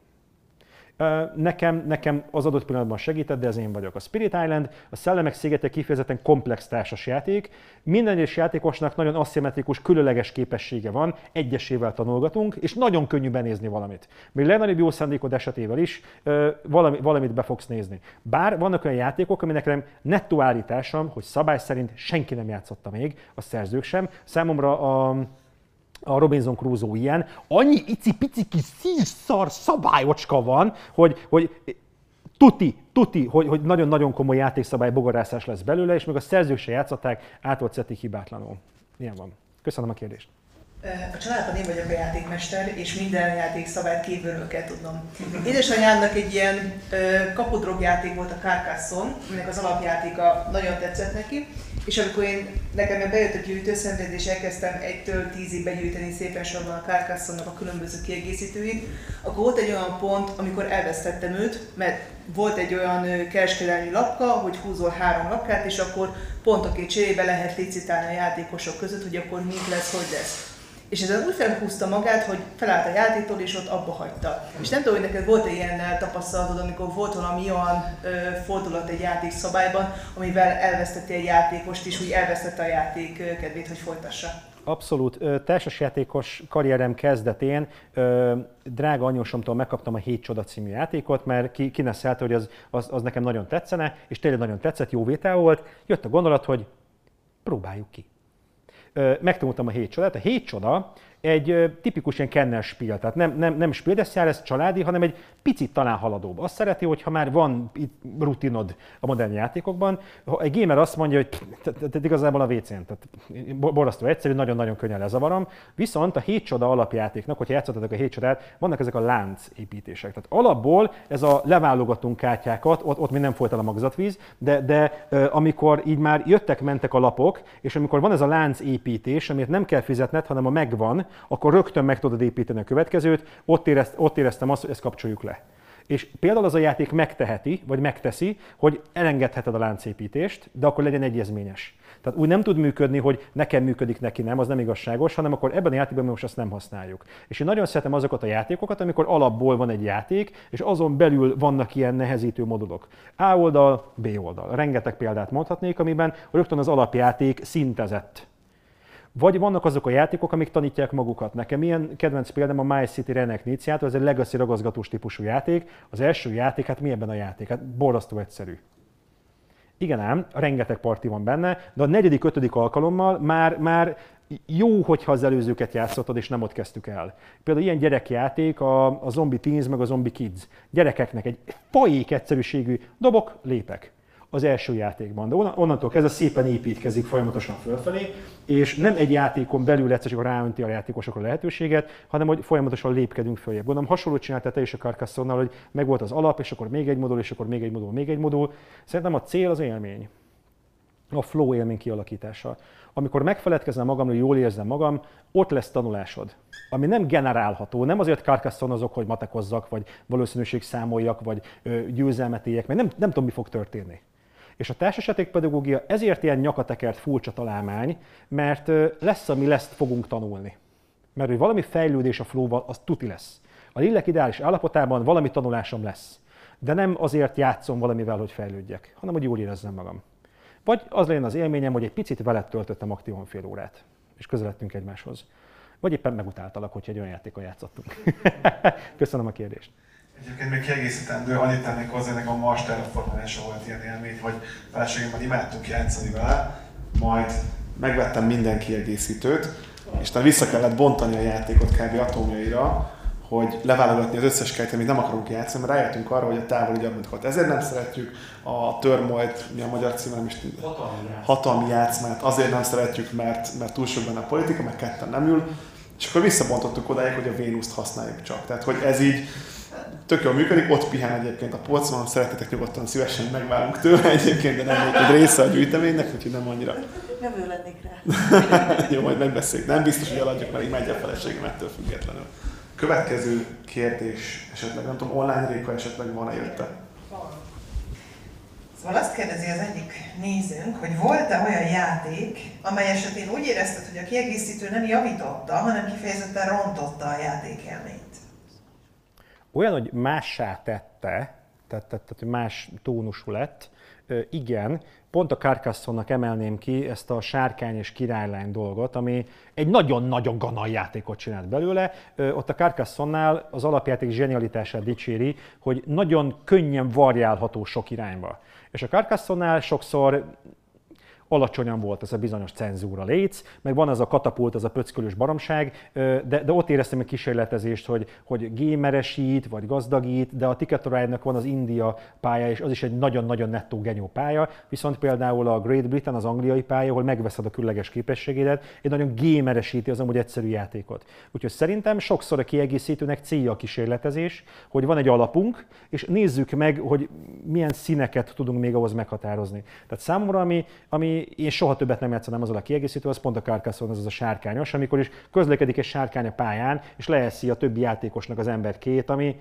Nekem az adott pillanatban segített, de ez én vagyok. A Spirit Island, a Szellemek szigete kifejezetten komplex társasjáték. Minden egyes játékosnak nagyon aszimmetrikus, különleges képessége van, egyesével tanulgatunk, és nagyon könnyű benézni valamit. Még legnagyobb jó szándékod esetével is valamit be fogsz nézni. Bár vannak olyan játékok, aminek nettó állításom, hogy szabály szerint senki nem játszotta még, a szerzők sem. Számomra a Robinson Crusoe ilyen, annyi icipici kis szíjszar szabályocska van, hogy tuti, hogy nagyon-nagyon komoly játékszabály bogarászás lesz belőle, és még a szerzők se játszották, átoltszették hibátlanul. Ilyen van. Köszönöm a kérdést. A családban én vagyok a játékmester, és minden játékszabályt kívülről kell tudnom. Édesanyámnak egy ilyen kapudrog játék volt, a Carcassonne, aminek az alapjátéka nagyon tetszett neki, és amikor nekem bejött a gyűjtőszenved, és elkezdtem 1-től 10-ig begyűjteni szépen sorban a Carcassonne-nak a különböző kiegészítőit, akkor volt egy olyan pont, amikor elvesztettem őt, mert volt egy olyan kereskedelmi lapka, hogy húzol 3 lapkát, és akkor pontokért cserébe lehet licitálni a játékosok között, hogy akkor mi lesz, hogy lesz. És ezen úgy felhúzta magát, hogy felállt a játéktól, és ott abba hagyta. És nem tudom, hogy neked volt-e ilyen tapasztalatod, amikor volt valami olyan fordulat egy játékszabályban, amivel elvesztette egy játékost is, úgy elvesztette a játék kedvét, hogy folytassa. Abszolút. Társasjátékos karrierem kezdetén drága anyósomtól megkaptam a 7 csoda című játékot, mert kineszelte, hogy az nekem nagyon tetszene, és tényleg nagyon tetszett, jó vétel volt. Jött a gondolat, hogy próbáljuk ki. Megtanultam a 7 csodát. A 7 csoda egy tipikus ilyen Kenner-spiel, tehát nem Spiel des Jahres családi, hanem egy picit talán haladóbb. Azt szereti, hogyha már van rutinod a modern játékokban, egy gamer azt mondja, hogy igazából a WC-n, tehát borzasztó egyszerű, nagyon-nagyon könnyen lezavarom. Viszont a 7 csoda alapjátéknak, hogyha játszottatok a 7 csodát, vannak ezek a láncépítések. Tehát alapból ez a leválogatunk kártyákat, ott még nem folyt el a magzatvíz, de amikor így már jöttek-mentek a lapok, és amikor van ez a láncépítés, amit nem kell fizetned, hanem a megvan, akkor rögtön meg tudod építeni a következőt, ott éreztem azt, hogy ezt kapcsoljuk le. És például az a játék megteheti, vagy megteszi, hogy elengedheted a láncépítést, de akkor legyen egyezményes. Tehát úgy nem tud működni, hogy nekem működik, neki nem, az nem igazságos, hanem akkor ebben a játékban most azt nem használjuk. És én nagyon szeretem azokat a játékokat, amikor alapból van egy játék, és azon belül vannak ilyen nehezítő modulok. A oldal, B oldal. Rengeteg példát mondhatnék, amiben rögtön az alapjáték szintezett. Vagy vannak azok a játékok, amik tanítják magukat. Nekem ilyen kedvenc példám a My City Renekníciától, ez egy legacy ragaszgatós típusú játék. Az első játék, hát mi ebben a játék? Hát borzasztó egyszerű. Igen ám, rengeteg parti van benne, de a 4.-5. alkalommal már jó, hogyha az előzőket játszottad, és nem ott kezdtük el. Például ilyen gyerekjáték a Zombie Teens meg a Zombie Kids. Gyerekeknek egy fajék egyszerűségű dobok, lépek. Az első játékban, de onnantól kezdve szépen építkezik folyamatosan fölfelé, és nem egy játékon belül egyszer csak ráönti a játékosokra lehetőséget, hanem hogy folyamatosan lépkedünk följebb. Gondolom hasonlót csináltál te is a Carcassonnal, hogy megvolt az alap, és akkor még egy modul, és akkor még egy modul, még egy modul. Szerintem a cél az élmény. A flow élmény kialakítása. Amikor megfeledkezem magamról, jól érzem magam, ott lesz tanulásod. Ami nem generálható, nem azért Carcassonne azok, hogy matekozzak, vagy valószínűségszámoljak, vagy győzelmet éljek, mert nem tudom, mi fog történni. És a társasjátékpedagógia ezért ilyen nyakatekert furcsa találmány, mert lesz, ami lesz, fogunk tanulni. Mert hogy valami fejlődés a flow-val, az tuti lesz. A lélek ideális állapotában valami tanulásom lesz. De nem azért játszom valamivel, hogy fejlődjek, hanem hogy jól érezzem magam. Vagy az legyen az élményem, hogy egy picit veled töltöttem aktívan fél órát, és közeledtünk egymáshoz. Vagy éppen megutáltalak, hogyha egy olyan játékkal játszottunk. Köszönöm a kérdést. Egyébként még kiegészítendő, annyit tennék hozzá, nekem a Mars terraformálása volt ilyen élmény, hogy feleségemben imádtunk játszani vele, majd megvettem minden kiegészítőt, és talán vissza kellett bontani a játékot kb. Atomjaira, hogy leválogatni az összes kártyát, amit nem akarunk játszani, mert rájöttünk arra, hogy a távoli gyarmatokat ezért nem szeretjük, a Turmoil-t, mi a magyar címem is? Hatalmi játszmát, azért nem szeretjük, mert túl sok benne a politika, meg ketten nem ül, és akkor visszabontottuk odáig, hogy a Vénuszt használjuk csak. Tehát, hogy ez így tök jól működik, ott pihen egyébként a polcon, szeretitek nyugodtan, szívesen megválunk tőle egyébként, de nem egy része a gyűjteménynek, úgyhogy nem annyira. Jövő lennék rá. Jó, majd megbeszéljük. Nem biztos, hogy eladjuk, mert imádja a feleségem ettől függetlenül. Következő kérdés, esetleg nem tudom, online Réka esetleg van-e jötte? Szóval azt kérdezi az egyik nézőnk, hogy volt-e olyan játék, amely esetén úgy érezted, hogy a kiegészítő nem javította, hanem kifejezetten rontotta a játékélményt? Olyan, hogy mássá tette, tehát hogy más tónusú lett, igen, pont a Carcassonne-nak emelném ki ezt a sárkány és királylány dolgot, ami egy nagyon-nagyon ganai játékot csinált belőle. Ott a Carcassonne-nál az alapjáték zsenialitását dicséri, hogy nagyon könnyen variálható sok irányba. És a Carcassonne-nál sokszor alacsonyan volt ez a bizonyos cenzúra léc, meg van az a katapult, az a pöckölős baromság, de ott éreztem egy kísérletezést, hogy gameresít, vagy gazdagít, de a Ticket to Ride-nak van az India pálya, és az is egy nagyon-nagyon nettó genyó pálya, viszont például a Great Britain, az angliai pálya, ahol megveszed a különleges képességédet, egy nagyon gameresíti az amúgy egyszerű játékot. Úgyhogy szerintem sokszor a kiegészítőnek célja a kísérletezés, hogy van egy alapunk, és nézzük meg, hogy milyen színeket tudunk még ahhoz meghatározni. Tehát számomra, ami én soha többet nem játszanám azzal a kiegészítő, az pont a Carcassonne, az a sárkányos, amikor is közlekedik egy sárkány a pályán, és leeszi a többi játékosnak az emberkét, ami...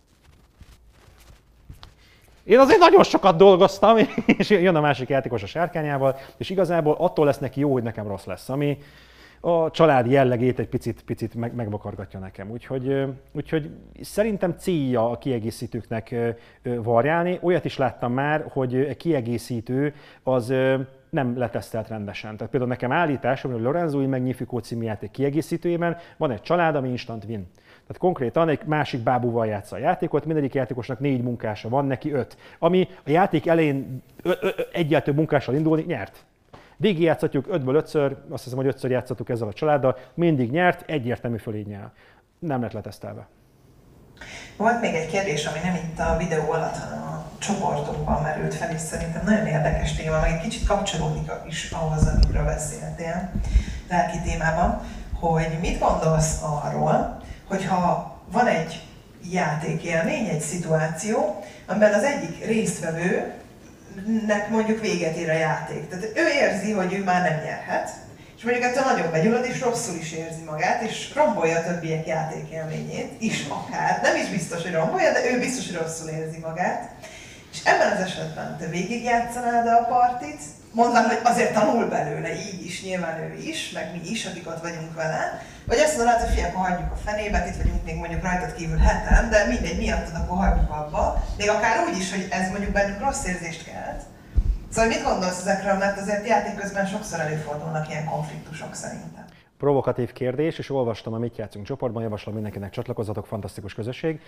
Én azért nagyon sokat dolgoztam, és jön a másik játékos a sárkányával, és igazából attól lesz neki jó, hogy nekem rossz lesz, ami a családi jellegét egy picit megvakargatja nekem. Úgyhogy szerintem célja a kiegészítőknek variálni. Olyat is láttam már, hogy a kiegészítő az nem letesztelt rendesen. Tehát például nekem állításom, hogy a Lorenzói Magnifico című játék kiegészítőjében van egy család, ami instant win. Tehát konkrétan egy másik bábúval játsza a játékot, mindegyik játékosnak 4 munkása van, neki 5. Ami a játék elején egyel több munkással indulni, nyert. Végig játszhatjuk 5-ből 5-ször, azt hiszem, hogy 5-ször játszottuk ezzel a családdal, mindig nyert, egyértelmű fölénnyel. Nem lett letesztelve. Volt még egy kérdés, ami nem itt a videó alatt, hanem a csoportokban merült fel, és szerintem nagyon érdekes téma, meg egy kicsit kapcsolódik is ahhoz, amiről beszéltél lelki témában, hogy mit gondolsz arról, hogyha van egy játékélmény, egy szituáció, amiben az egyik résztvevőnek mondjuk véget ér a játék. Tehát ő érzi, hogy ő már nem nyerhet, és mondjuk ettől nagyon begyullad, és rosszul is érzi magát, és rombolja a többiek játékélményét is akár. Nem is biztos, hogy rombolja, de ő biztos, hogy rosszul érzi magát. És ebben az esetben te végigjátszanád a partit, mondanám, hogy azért tanul belőle, így is, nyilván ő is, meg mi is, akik ott vagyunk vele. Vagy azt mondanád, hogy figyelj, akkor hagyjuk a fenébe, itt vagyunk még mondjuk rajtad kívül heten, de mindegy, miattad, akkor hagyjuk abba. Még akár úgy is, hogy ez mondjuk bennünk rossz érzést kelt. Szóval mit gondolsz ezekről, mert azért játék közben sokszor előfordulnak ilyen konfliktusok szerintem. Provokatív kérdés, és olvastam a Mit játszunk csoportban, javaslom mindenkinek csatlakozzatok, fantasztikus közösség,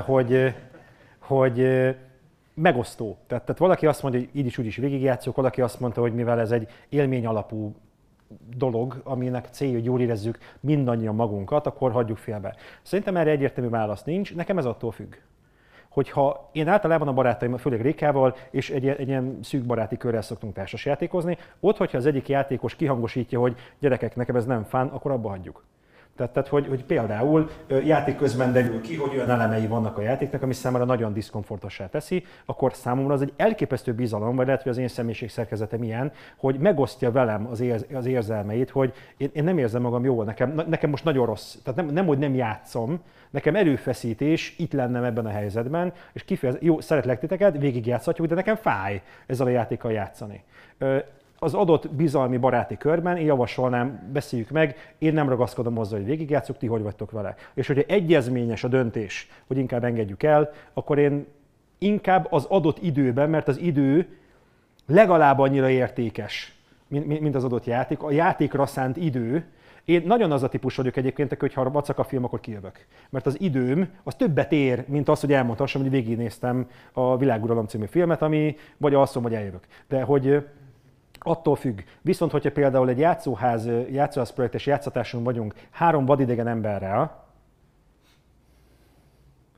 hogy megosztó. Tehát valaki azt mondja, hogy így is úgy is végigjátszok, valaki azt mondta, hogy mivel ez egy élmény alapú dolog, aminek célja, hogy jól érezzük mindannyian magunkat, akkor hagyjuk félbe. Szerintem erre egyértelmű válasz nincs, nekem ez attól függ. Hogyha én általában a barátaim, főleg Rékával, és egy ilyen szűk baráti körrel szoktunk társasjátékozni, ott, hogyha az egyik játékos kihangosítja, hogy gyerekek, nekem ez nem fán, akkor abba hagyjuk. Tehát hogy például játék közben derül ki, hogy olyan elemei vannak a játéknak, ami számára nagyon diszkomfortossá teszi, akkor számomra az egy elképesztő bizalom, vagy lehet, hogy az én személyiségszerkezetem ilyen, hogy megosztja velem az érzelmeit, hogy én nem érzem magam jól, nekem most nagyon rossz. Tehát nem, hogy nem játszom, nekem erőfeszítés itt lennem ebben a helyzetben, és jó, szeretlek titeket, végigjátszhatjuk, de nekem fáj ezzel a játékkal játszani. Az adott bizalmi baráti körben én javasolnám, beszéljük meg, én nem ragaszkodom hozzá, hogy végigjátszuk, ti hogy vagytok vele. És hogyha egyezményes a döntés, hogy inkább engedjük el, akkor én inkább az adott időben, mert az idő legalább annyira értékes, mint az adott játék, a játékra szánt idő. Én nagyon az a típus vagyok egyébként, hogy ha vacak a film, akkor kijövök. Mert az időm az többet ér, mint az, hogy elmondhassam, hogy végignéztem a Világuralom című filmet, vagy alszom, vagy eljövök. De hogy attól függ. Viszont, hogyha például egy játszóház projektes játszatáson vagyunk 3 vadidegen emberrel,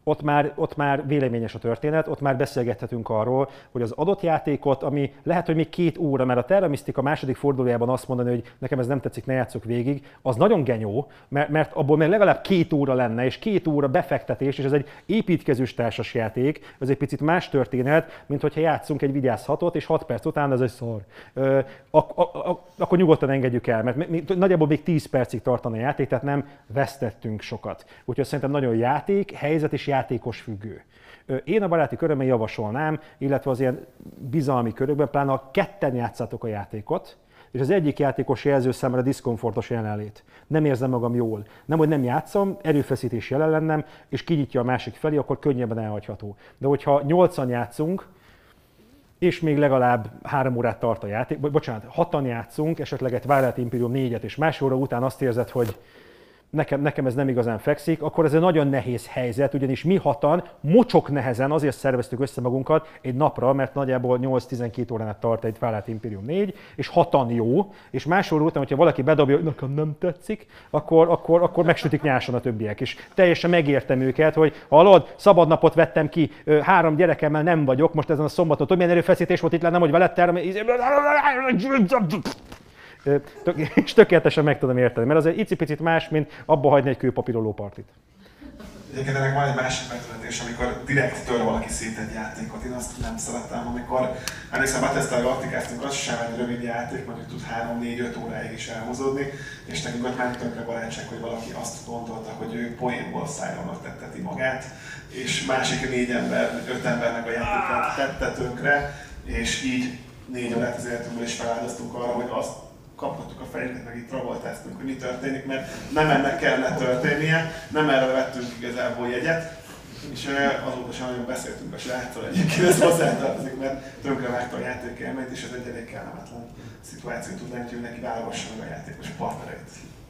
ott már véleményes a történet, ott már beszélgethetünk arról, hogy az adott játékot, ami lehet, hogy még 2 óra, mert a Terra Mystica második fordulójában azt mondani, hogy nekem ez nem tetszik, ne játsszuk végig, az nagyon genyó, mert abból még legalább 2 óra lenne, és 2 óra befektetés, és ez egy építkezős társasjáték, ez egy picit más történet, mint hogyha játszunk egy Vigyázz 6-ot, és 6 perc után ez egy szar. Akkor nyugodtan engedjük el, mert nagyjából még 10 percig tartana a játék, tehát nem vesztettünk sokat. Úgyhogy szerintem nagyon játék, helyzet és játékos függő. Én a baráti körömben javasolnám, illetve az ilyen bizalmi körökben, pláne ha ketten játszátok a játékot, és az egyik játékos jelző számára diszkomfortos jelenlét. Nem érzem magam jól. Nem, hogy nem játszom, erőfeszítés jelen lennem, és kinyitja a másik felé, akkor könnyebben elhagyható. De hogyha 8-an játszunk, és még legalább 3 órát tart a játék, bocsánat, 6-an játszunk, esetleg egy Twilight Imperium 4-et, és más óra után azt érzed, hogy nekem ez nem igazán fekszik, akkor ez egy nagyon nehéz helyzet, ugyanis mi 6-an mocsok nehezen azért szerveztük össze magunkat egy napra, mert nagyjából 8-12 órán tart egy Twilight Imperium 4, és 6-an jó, és más óra után, hogyha valaki bedobja, hogy nekem nem tetszik, akkor megsütik nyáson a többiek. És teljesen megértem őket, hogy hallod, szabadnapot vettem ki, 3 gyerekemmel nem vagyok, most ezen a szombaton, milyen erőfeszítés volt itt lennem, hogy veled és tökéletesen meg tudom érteni, mert az egy icipicit más, mint abba hagyni egy kőpapíroló partit. Egyébként ennek van egy másik megtörténés, amikor direkt tör valaki szét egy játékot. Én azt nem szeretem, amikor emlékszem, Battlestar Galacticáztunk, az sem egy rövid játék, mondjuk tud 3-4-5 óráig is elhúzódni, és nekünk ott már tönkre barátság, hogy valaki azt gondolta, hogy ő poénból Cylonnak tetteti magát, és másik 4 ember, 5 embernek a játékát tette tönkre, és így 4 órát az életünkből is feláldoztunk arra, hogy azt kaphattuk a fejünket, meg itt travoltáztunk, hogy mi történik, mert nem ennek kellene történnie, nem erre vettünk igazából jegyet, és azóta sem nagyon beszéltünk a sráccal egyébként, ez hozzátartozik, mert tönkre vágta a játékélményt, és ez egy elég kellemetlen szituáció tud lenni, hogy neki válogassa meg a játékos partnereit.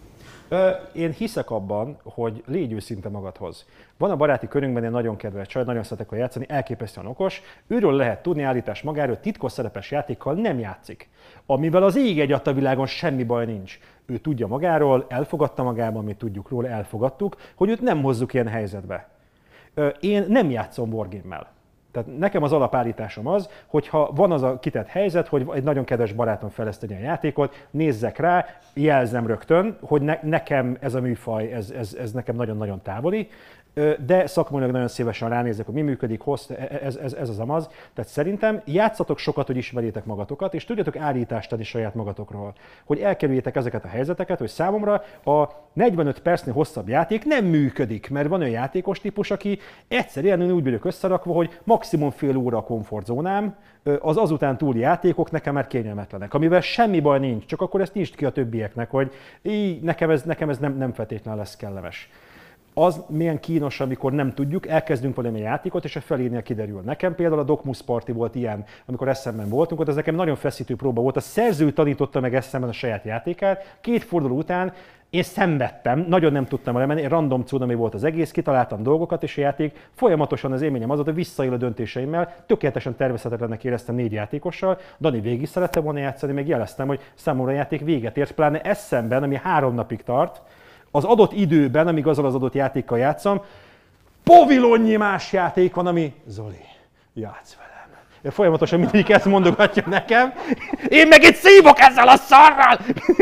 Én hiszek abban, hogy légy őszinte magadhoz. Van a baráti körünkben egy nagyon kedves csaj, nagyon szeretek játszani, elképesztően okos. Őről lehet tudni állítás magáról, titkos szerepes játékkal nem játszik. Amivel az ég egy adta világon semmi baj nincs. Ő tudja magáról, elfogadta magában, amit tudjuk róla, elfogadtuk, hogy őt nem hozzuk ilyen helyzetbe. Én nem játszom wargame-mel. Tehát nekem az alapállításom az, hogyha van az a kitett helyzet, hogy egy nagyon kedves barátom fejleszt egy ilyen játékot, nézzek rá, jelzem rögtön, hogy nekem ez a műfaj, ez nekem nagyon-nagyon távoli, de szakmailag nagyon szívesen ránézek, hogy mi működik, ez az amaz. Tehát szerintem játszatok sokat, hogy ismerjétek magatokat, és tudjatok állítást adni saját magatokról. Hogy elkerüljétek ezeket a helyzeteket, hogy számomra a 45 percnél hosszabb játék nem működik, mert van olyan játékos típus, aki egyszerűen úgy vagyok összerakva, hogy maximum fél óra a komfortzónám, az azután túli játékok nekem már kényelmetlenek, amivel semmi baj nincs, csak akkor ezt nyisd ki a többieknek, hogy nekem ez nem feltétlenül lesz kellemes. Az milyen kínos, amikor nem tudjuk, elkezdünk valami játékot, és a felénél kiderül. Nekem például a Dogmus Party volt ilyen, amikor eszemben voltunk, ott ez nekem nagyon feszítő próba volt. A szerző tanította meg eszemben a saját játékát, 2 forduló után én szenvedtem, nagyon nem tudtam lemenni, random cunami volt az egész, kitaláltam dolgokat, és a játék folyamatosan az élményem az, hogy visszaél a döntéseimmel, tökéletesen tervezhetetlennek éreztem 4 játékossal, Dani végig szerette volna játszani, meg jeleztem, hogy számomra a játék véget ért, pláne eszemben, ami 3 napig tart, az adott időben, amíg azzal az adott játékkal játszom, pavilonnyi más játék van, ami Zoli, játsz velem. Folyamatosan mindig ezt mondogatja nekem, én meg itt szívok ezzel a szarral!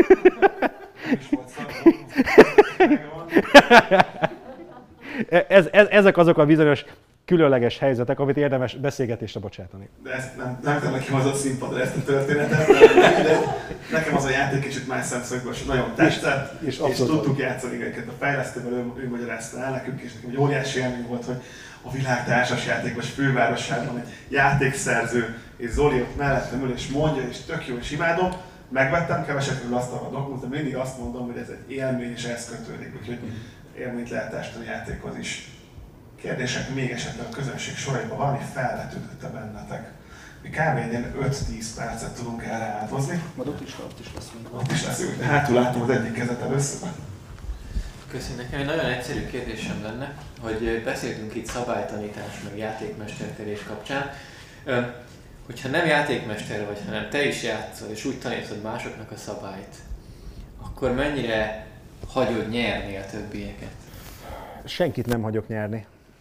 Ezek azok a bizonyos különleges helyzetek, amit érdemes beszélgetésre bocsátani. De ezt nem tudom, ki hozott színpadra ezt a történetet, de nekem az a játék kicsit más szemszögből nagyon tetszett, és tudtuk játszani őket a fejlesztővel, ő magyarázta el nekünk, és nekem egy óriási élmény volt, hogy a világ társasjátékos fővárosában egy játékszerző, és Zoli ott mellettem ül és mondja, és tök jó, és imádom. Megvettem, kevesekről azt a Dogmus, de mindig azt mondom, hogy ez egy élmény, és ehhez kötődik, úgyhogy élményt lehet testeni a játékhoz is. Kérdések még esetleg a közönség soraiban valami felvetődött bennetek. Mi kb. Egy 5-10 percet tudunk erre áldozni. Majd ott is lesz. Ott is lesz, de hátul látom az egyik kezet először. Köszönöm. Nekem egy nagyon egyszerű kérdésem lenne, hogy beszéltünk itt szabálytanítás, meg játékmesterkedés kapcsán. Hogyha nem játékmester vagy, hanem te is játszol, és úgy tanítod másoknak a szabályt, akkor mennyire hagyod nyerni a többieket? Senkit nem hagyok nyerni.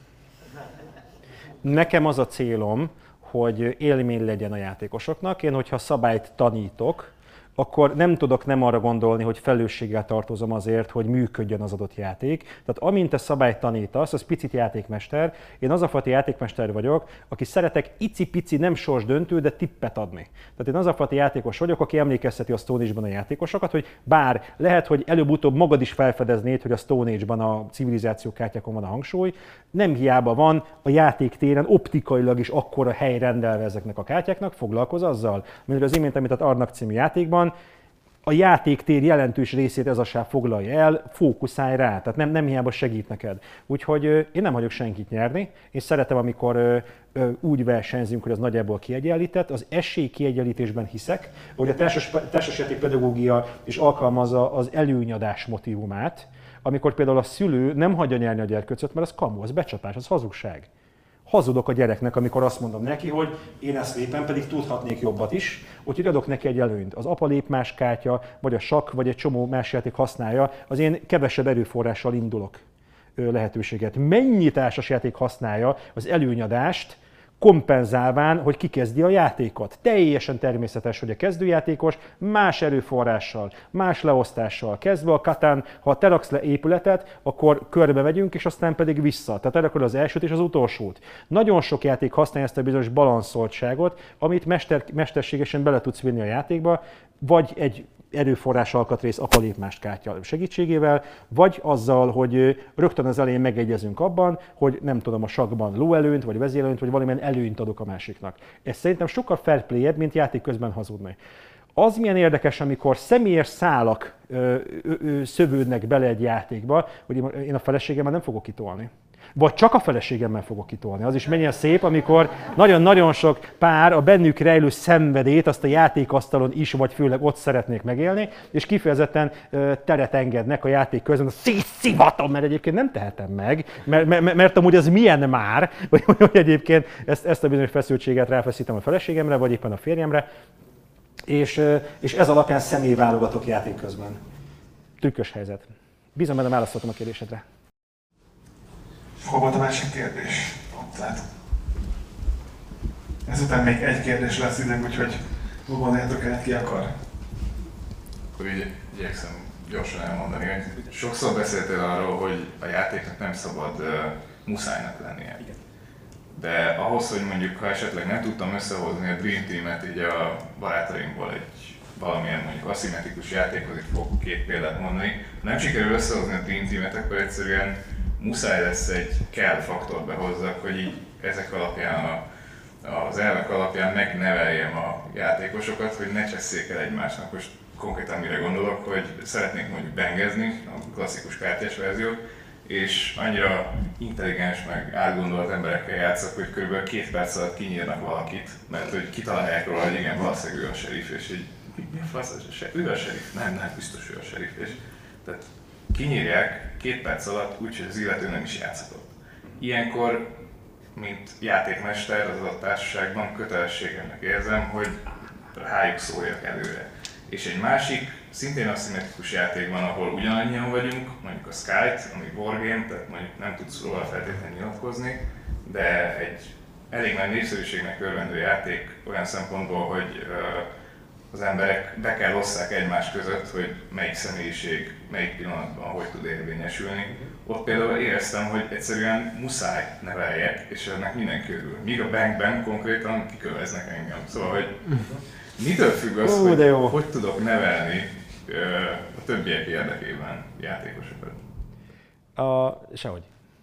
Nekem az a célom, hogy élmény legyen a játékosoknak. Én, hogyha szabályt tanítok, akkor nem tudok nem arra gondolni, hogy felelősséggel tartozom azért, hogy működjön az adott játék. Tehát amint te szabályt tanítasz, az picit játékmester. Én az a fajta játékmester vagyok, aki szeretek icipici, nem sorsdöntő, de tippet adni. Tehát én az a fajta játékos vagyok, aki emlékezteti a Stone Age-ban a játékosokat, hogy bár lehet, hogy előbb-utóbb magad is felfedeznéd, hogy a Stone Age-ban a civilizáció kártyákon van a hangsúly, nem hiába van a játéktéren optikailag is akkora hely rendelve ezeknek a kártyáknak, foglalkozz azzal. Mint az imént említett Arnak című játékban, a játéktér jelentős részét ez a sáv foglalja el, fókuszálj rá, tehát nem hiába segít neked. Úgyhogy én nem hagyok senkit nyerni, én szeretem, amikor úgy versenyzünk, hogy az nagyjából kiegyenlített, az esélykiegyenlítésben hiszek, hogy a társasjáték pedagógia is alkalmazza az előnyadás motívumát, amikor például a szülő nem hagyja nyerni a gyerkőcöt, mert az kamu, az becsapás, az hazugság. Hazudok a gyereknek, amikor azt mondom neki, hogy én ezt lépem, pedig tudhatnék jobbat is, úgyhogy adok neki egy előnyt. Az apa lép más kártya, vagy a sakk, vagy egy csomó más játék használja, az én kevesebb erőforrással indulok lehetőséget. Mennyi társasjáték használja az előnyadást, kompenzálván, hogy kikezdi a játékot. Teljesen természetes, hogy a kezdőjátékos más erőforrással, más leosztással kezdve a Catán, ha te raksz le épületet, akkor körbe megyünk, és aztán pedig vissza. Tehát elrakod az elsőt és az utolsót. Nagyon sok játék használja ezt a bizonyos balanszoltságot, amit mesterségesen bele tudsz vinni a játékba, vagy egy erőforrás alkatrész apa lép más kártya segítségével, vagy azzal, hogy rögtön az elején megegyezünk abban, hogy nem tudom, a sakkban lóelőnyt, vagy vezérelőnyt, vagy valamilyen előnyt adok a másiknak. Ez szerintem sokkal fair play-ebb, mint játék közben hazudni. Az milyen érdekes, amikor személyes szálak szövődnek bele egy játékba, hogy én a feleségemmel nem fogok kitolni. Vagy csak a feleségemmel fogok kitolni. Az is mennyire szép, amikor nagyon-nagyon sok pár a bennük rejlő szenvedét azt a játékasztalon is, vagy főleg ott szeretnék megélni, és kifejezetten teret engednek a játék közben, szétszivatom, mert egyébként nem tehetem meg, mert amúgy az milyen már, hogy egyébként ezt a bizonyos feszültséget ráfeszítem a feleségemre, vagy éppen a férjemre, és ez alapján személyválogatok játék közben. Trükkös helyzet. Bízom, benne válaszoltam a kérdésedre. Hol volt a másik kérdés? Ott lát. Ezután még egy kérdés lesz időnk, úgyhogy gondoljátok át, ki akar. Akkor így igyekszem gyorsan elmondani, hogy sokszor beszéltél arról, hogy a játéknak nem szabad muszájnak lennie. De ahhoz, hogy mondjuk, ha esetleg nem tudtam összehozni a Dream Team-et így a barátaimból egy valamilyen mondjuk aszimmetrikus játékhoz, itt fogok két példát mondani, ha nem sikerül összehozni a Dream Team-et, akkor egyszerűen muszáj lesz egy kell faktort behozzak, hogy így ezek alapján, az elvek alapján megneveljem a játékosokat, hogy ne csesszék el egymásnak. Most konkrétan mire gondolok, hogy szeretnék mondjuk bengezni, a klasszikus kártyás verziót, és annyira intelligens meg átgondolt emberekkel játszok, hogy kb. 2 perc alatt kinyírnak valakit, mert hogy kitalálják róla, hogy igen, valószínűleg ő a serif, és így mi a fasz, ő a serif? Nem, biztos ő a serif. És tehát kinyírják 2 perc alatt, úgyhogy az illető nem is játszhatott. Ilyenkor, mint játékmester az adott társaságban kötelességemnek érzem, hogy rájuk szóljak előre. És egy másik, szintén aszimmetrikus játék van, ahol ugyanannyian vagyunk, mondjuk a Skype, ami wargame, tehát mondjuk nem tudsz róla feltétlenül nyilatkozni, de egy elég nagy népszerűségnek örvendő játék olyan szempontból, hogy az emberek be kell osszák egymás között, hogy melyik személyiség, melyik pillanatban hogy tud érvényesülni. Ott például éreztem, hogy egyszerűen muszáj neveljek, és ennek mindenki örül. Míg a bankben konkrétan kiköveznek engem. Szóval, hogy mitől függ az, hogy tudok nevelni a többiek érdekében játékosokat? Sehogy.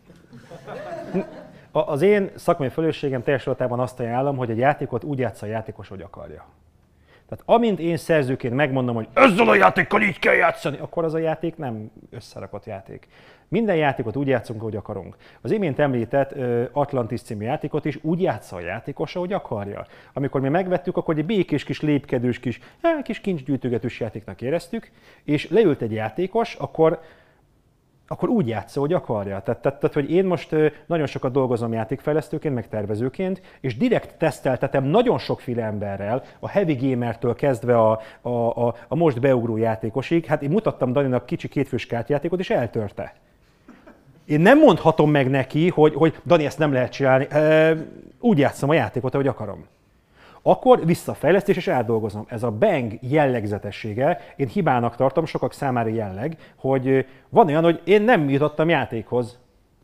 Az én szakmai felelősségem teljes adatában azt ajánlom, hogy egy játékot úgy játsza a játékos, hogy akarja. Tehát amint én szerzőként megmondom, hogy ezzel a játékkal így kell játszani, akkor az a játék nem összerakott játék. Minden játékot úgy játszunk, ahogy akarunk. Az imént említett Atlantis című játékot is úgy játsza a játékos, ahogy akarja. Amikor mi megvettük, akkor egy békés kis lépkedős kis kincsgyűjtögetős játéknak éreztük, és leült egy játékos, akkor úgy játsza, hogy akarja. Tehát, hogy én most nagyon sokat dolgozom játékfejlesztőként, meg tervezőként, és direkt teszteltetem nagyon sokféle emberrel, a heavy gamertől kezdve a most beugró játékosig. Hát én mutattam Daninak kicsi kétfős kártyajátékot, és eltörte. Én nem mondhatom meg neki, hogy Dani, ezt nem lehet csinálni. Úgy játszom a játékot, ahogy akarom. Akkor visszafejlesztés és átdolgozom. Ez a bang jellegzetessége, én hibának tartom, sokak számára jelleg, hogy van olyan, hogy én nem jutottam játékhoz.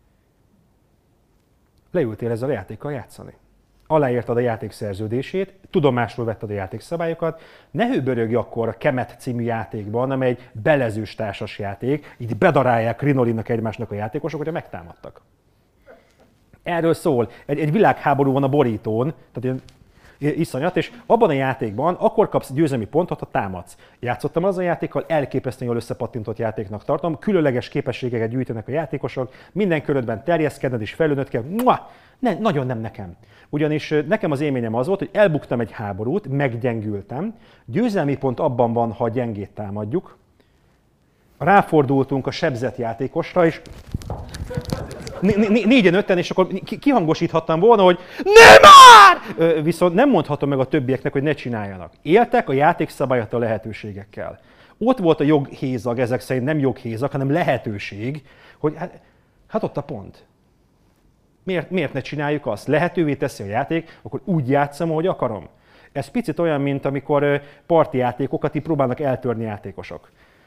Leültél ezzel a játékkal játszani. Aláírtad a játék szerződését, tudomásul vetted a játékszabályokat, ne hőbörögj akkor a Kemet című játékban, amely egy belezős társas játék, így bedarálják krinolinnak egymásnak a játékosok, hogyha megtámadtak. Erről szól, egy világháború van a borítón, tehát iszonyat, és abban a játékban akkor kapsz győzelmi pontot, ha támadsz. Játszottam az a játékkal, elképesztően jól összepattintott játéknak tartom, különleges képességeket gyűjtenek a játékosok, minden körödben terjeszkedned és fejlődnöd kell. Nagyon nem nekem. Ugyanis nekem az élményem az volt, hogy elbuktam egy háborút, meggyengültem, győzelmi pont abban van, ha gyengét támadjuk, ráfordultunk a sebzett játékosra, és 4-5-en, és akkor kihangosíthattam volna, hogy ne már! Viszont nem mondhatom meg a többieknek, hogy ne csináljanak. Éltek a játékszabályok a lehetőségekkel. Ott volt a joghézag, ezek szerint nem joghézag, hanem lehetőség, hogy hát ott a pont. Miért ne csináljuk azt? Lehetővé teszi a játék, akkor úgy játszom, ahogy akarom. Ez picit olyan, mint amikor parti játékokat így próbálnak eltörni játékosok.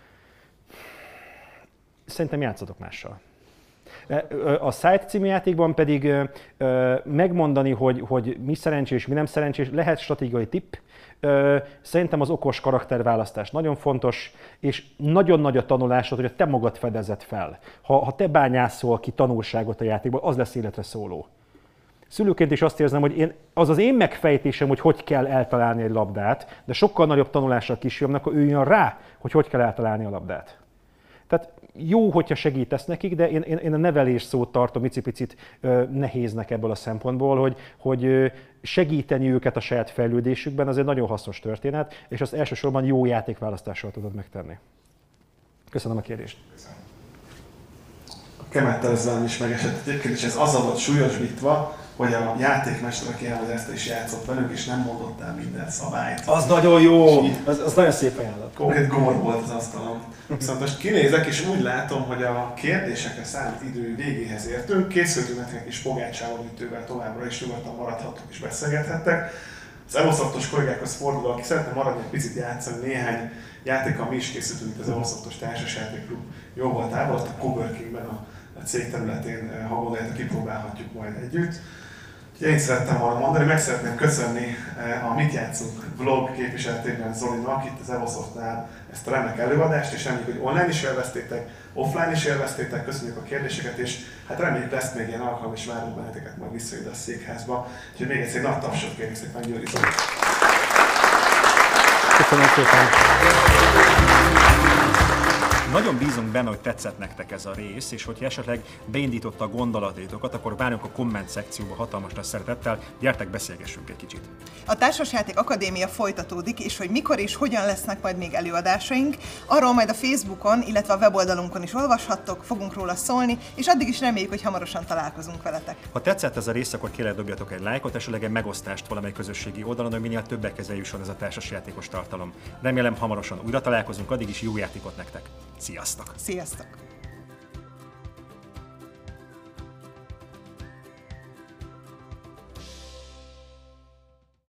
Szerintem játszatok mással. A Site című játékban pedig megmondani, hogy mi szerencsés, mi nem szerencsés, lehet stratégiai tipp. Szerintem az okos karakterválasztás nagyon fontos, és nagyon nagy a tanulásod, hogy a te magad fedezed fel. Ha te bányászol ki tanulságot a játékból, az lesz életre szóló. Szülőként is azt érzem, hogy az én megfejtésem, hogy kell eltalálni egy labdát, de sokkal nagyobb tanulással kisfiamnak, hogy ő jön rá, hogy kell eltalálni a labdát. Tehát jó, hogyha segítesz nekik, de én a nevelés szót tartom icipicit nehéznek ebből a szempontból, hogy segíteni őket a saját fejlődésükben, az egy nagyon hasznos történet, és azt elsősorban jó játékválasztással tudod megtenni. Köszönöm a kérdést. A Kemettel ez velem is megesett egyébként, és ez azzal volt súlyosbítva, hogy a játékmester, aki elmagyarázta is játszott velünk, és nem mondott el minden szabályt. Az nagyon jó! Az nagyon szép ajánlat. Konkrét gomor volt az asztalon. Viszont most kinézek, és úgy látom, hogy a kérdésekre szánt idő végéhez értünk. Készültünk nektek is pogácsávolütővel továbbra is, nyugodtan maradhattok és beszélgethettek. Az Evosoftos kollégákhoz fordulva, aki szeretne maradni egy picit játszani, néhány játékkal mi is készültünk itt az Evosoftos társasjátékklub jó voltával, ott a Coworkingben a cég területén, ha gondoljátok, kipróbálhatjuk majd együtt. Én szerettem volna mondani, meg szeretném köszönni a Mit játszunk vlog képviseletében Zolinak itt az Evosoftnál ezt a remek előadást, és reméljük, hogy online is élveztétek, offline is élveztétek, köszönjük a kérdéseket, és hát reméljük lesz még ilyen alkalom, és várunk benneteket majd vissza ide a székházba. Úgyhogy még egyszer nagy tapsot kérjük szépen Győri Zolit. Köszönöm szépen! Nagyon bízunk benne, hogy tetszett nektek ez a rész, és hogyha esetleg beindította a gondolatétokat, akkor várjunk a komment szekcióba hatalmas nagy szeretettel, gyertek, beszélgessünk egy kicsit. A Társasjáték Akadémia folytatódik, és hogy mikor és hogyan lesznek majd még előadásaink, arról majd a Facebookon, illetve a weboldalunkon is olvashattok, fogunk róla szólni, és addig is reméljük, hogy hamarosan találkozunk veletek. Ha tetszett ez a rész, akkor kérlek dobjatok egy lájkot, esetleg egy megosztást valamely közösségi oldalon, hogy minél többekhez eljusson ez a társasjátékos tartalom. Remélem hamarosan újra találkozunk, addig is jó játékot nektek! Sziasztok! Sziasztok!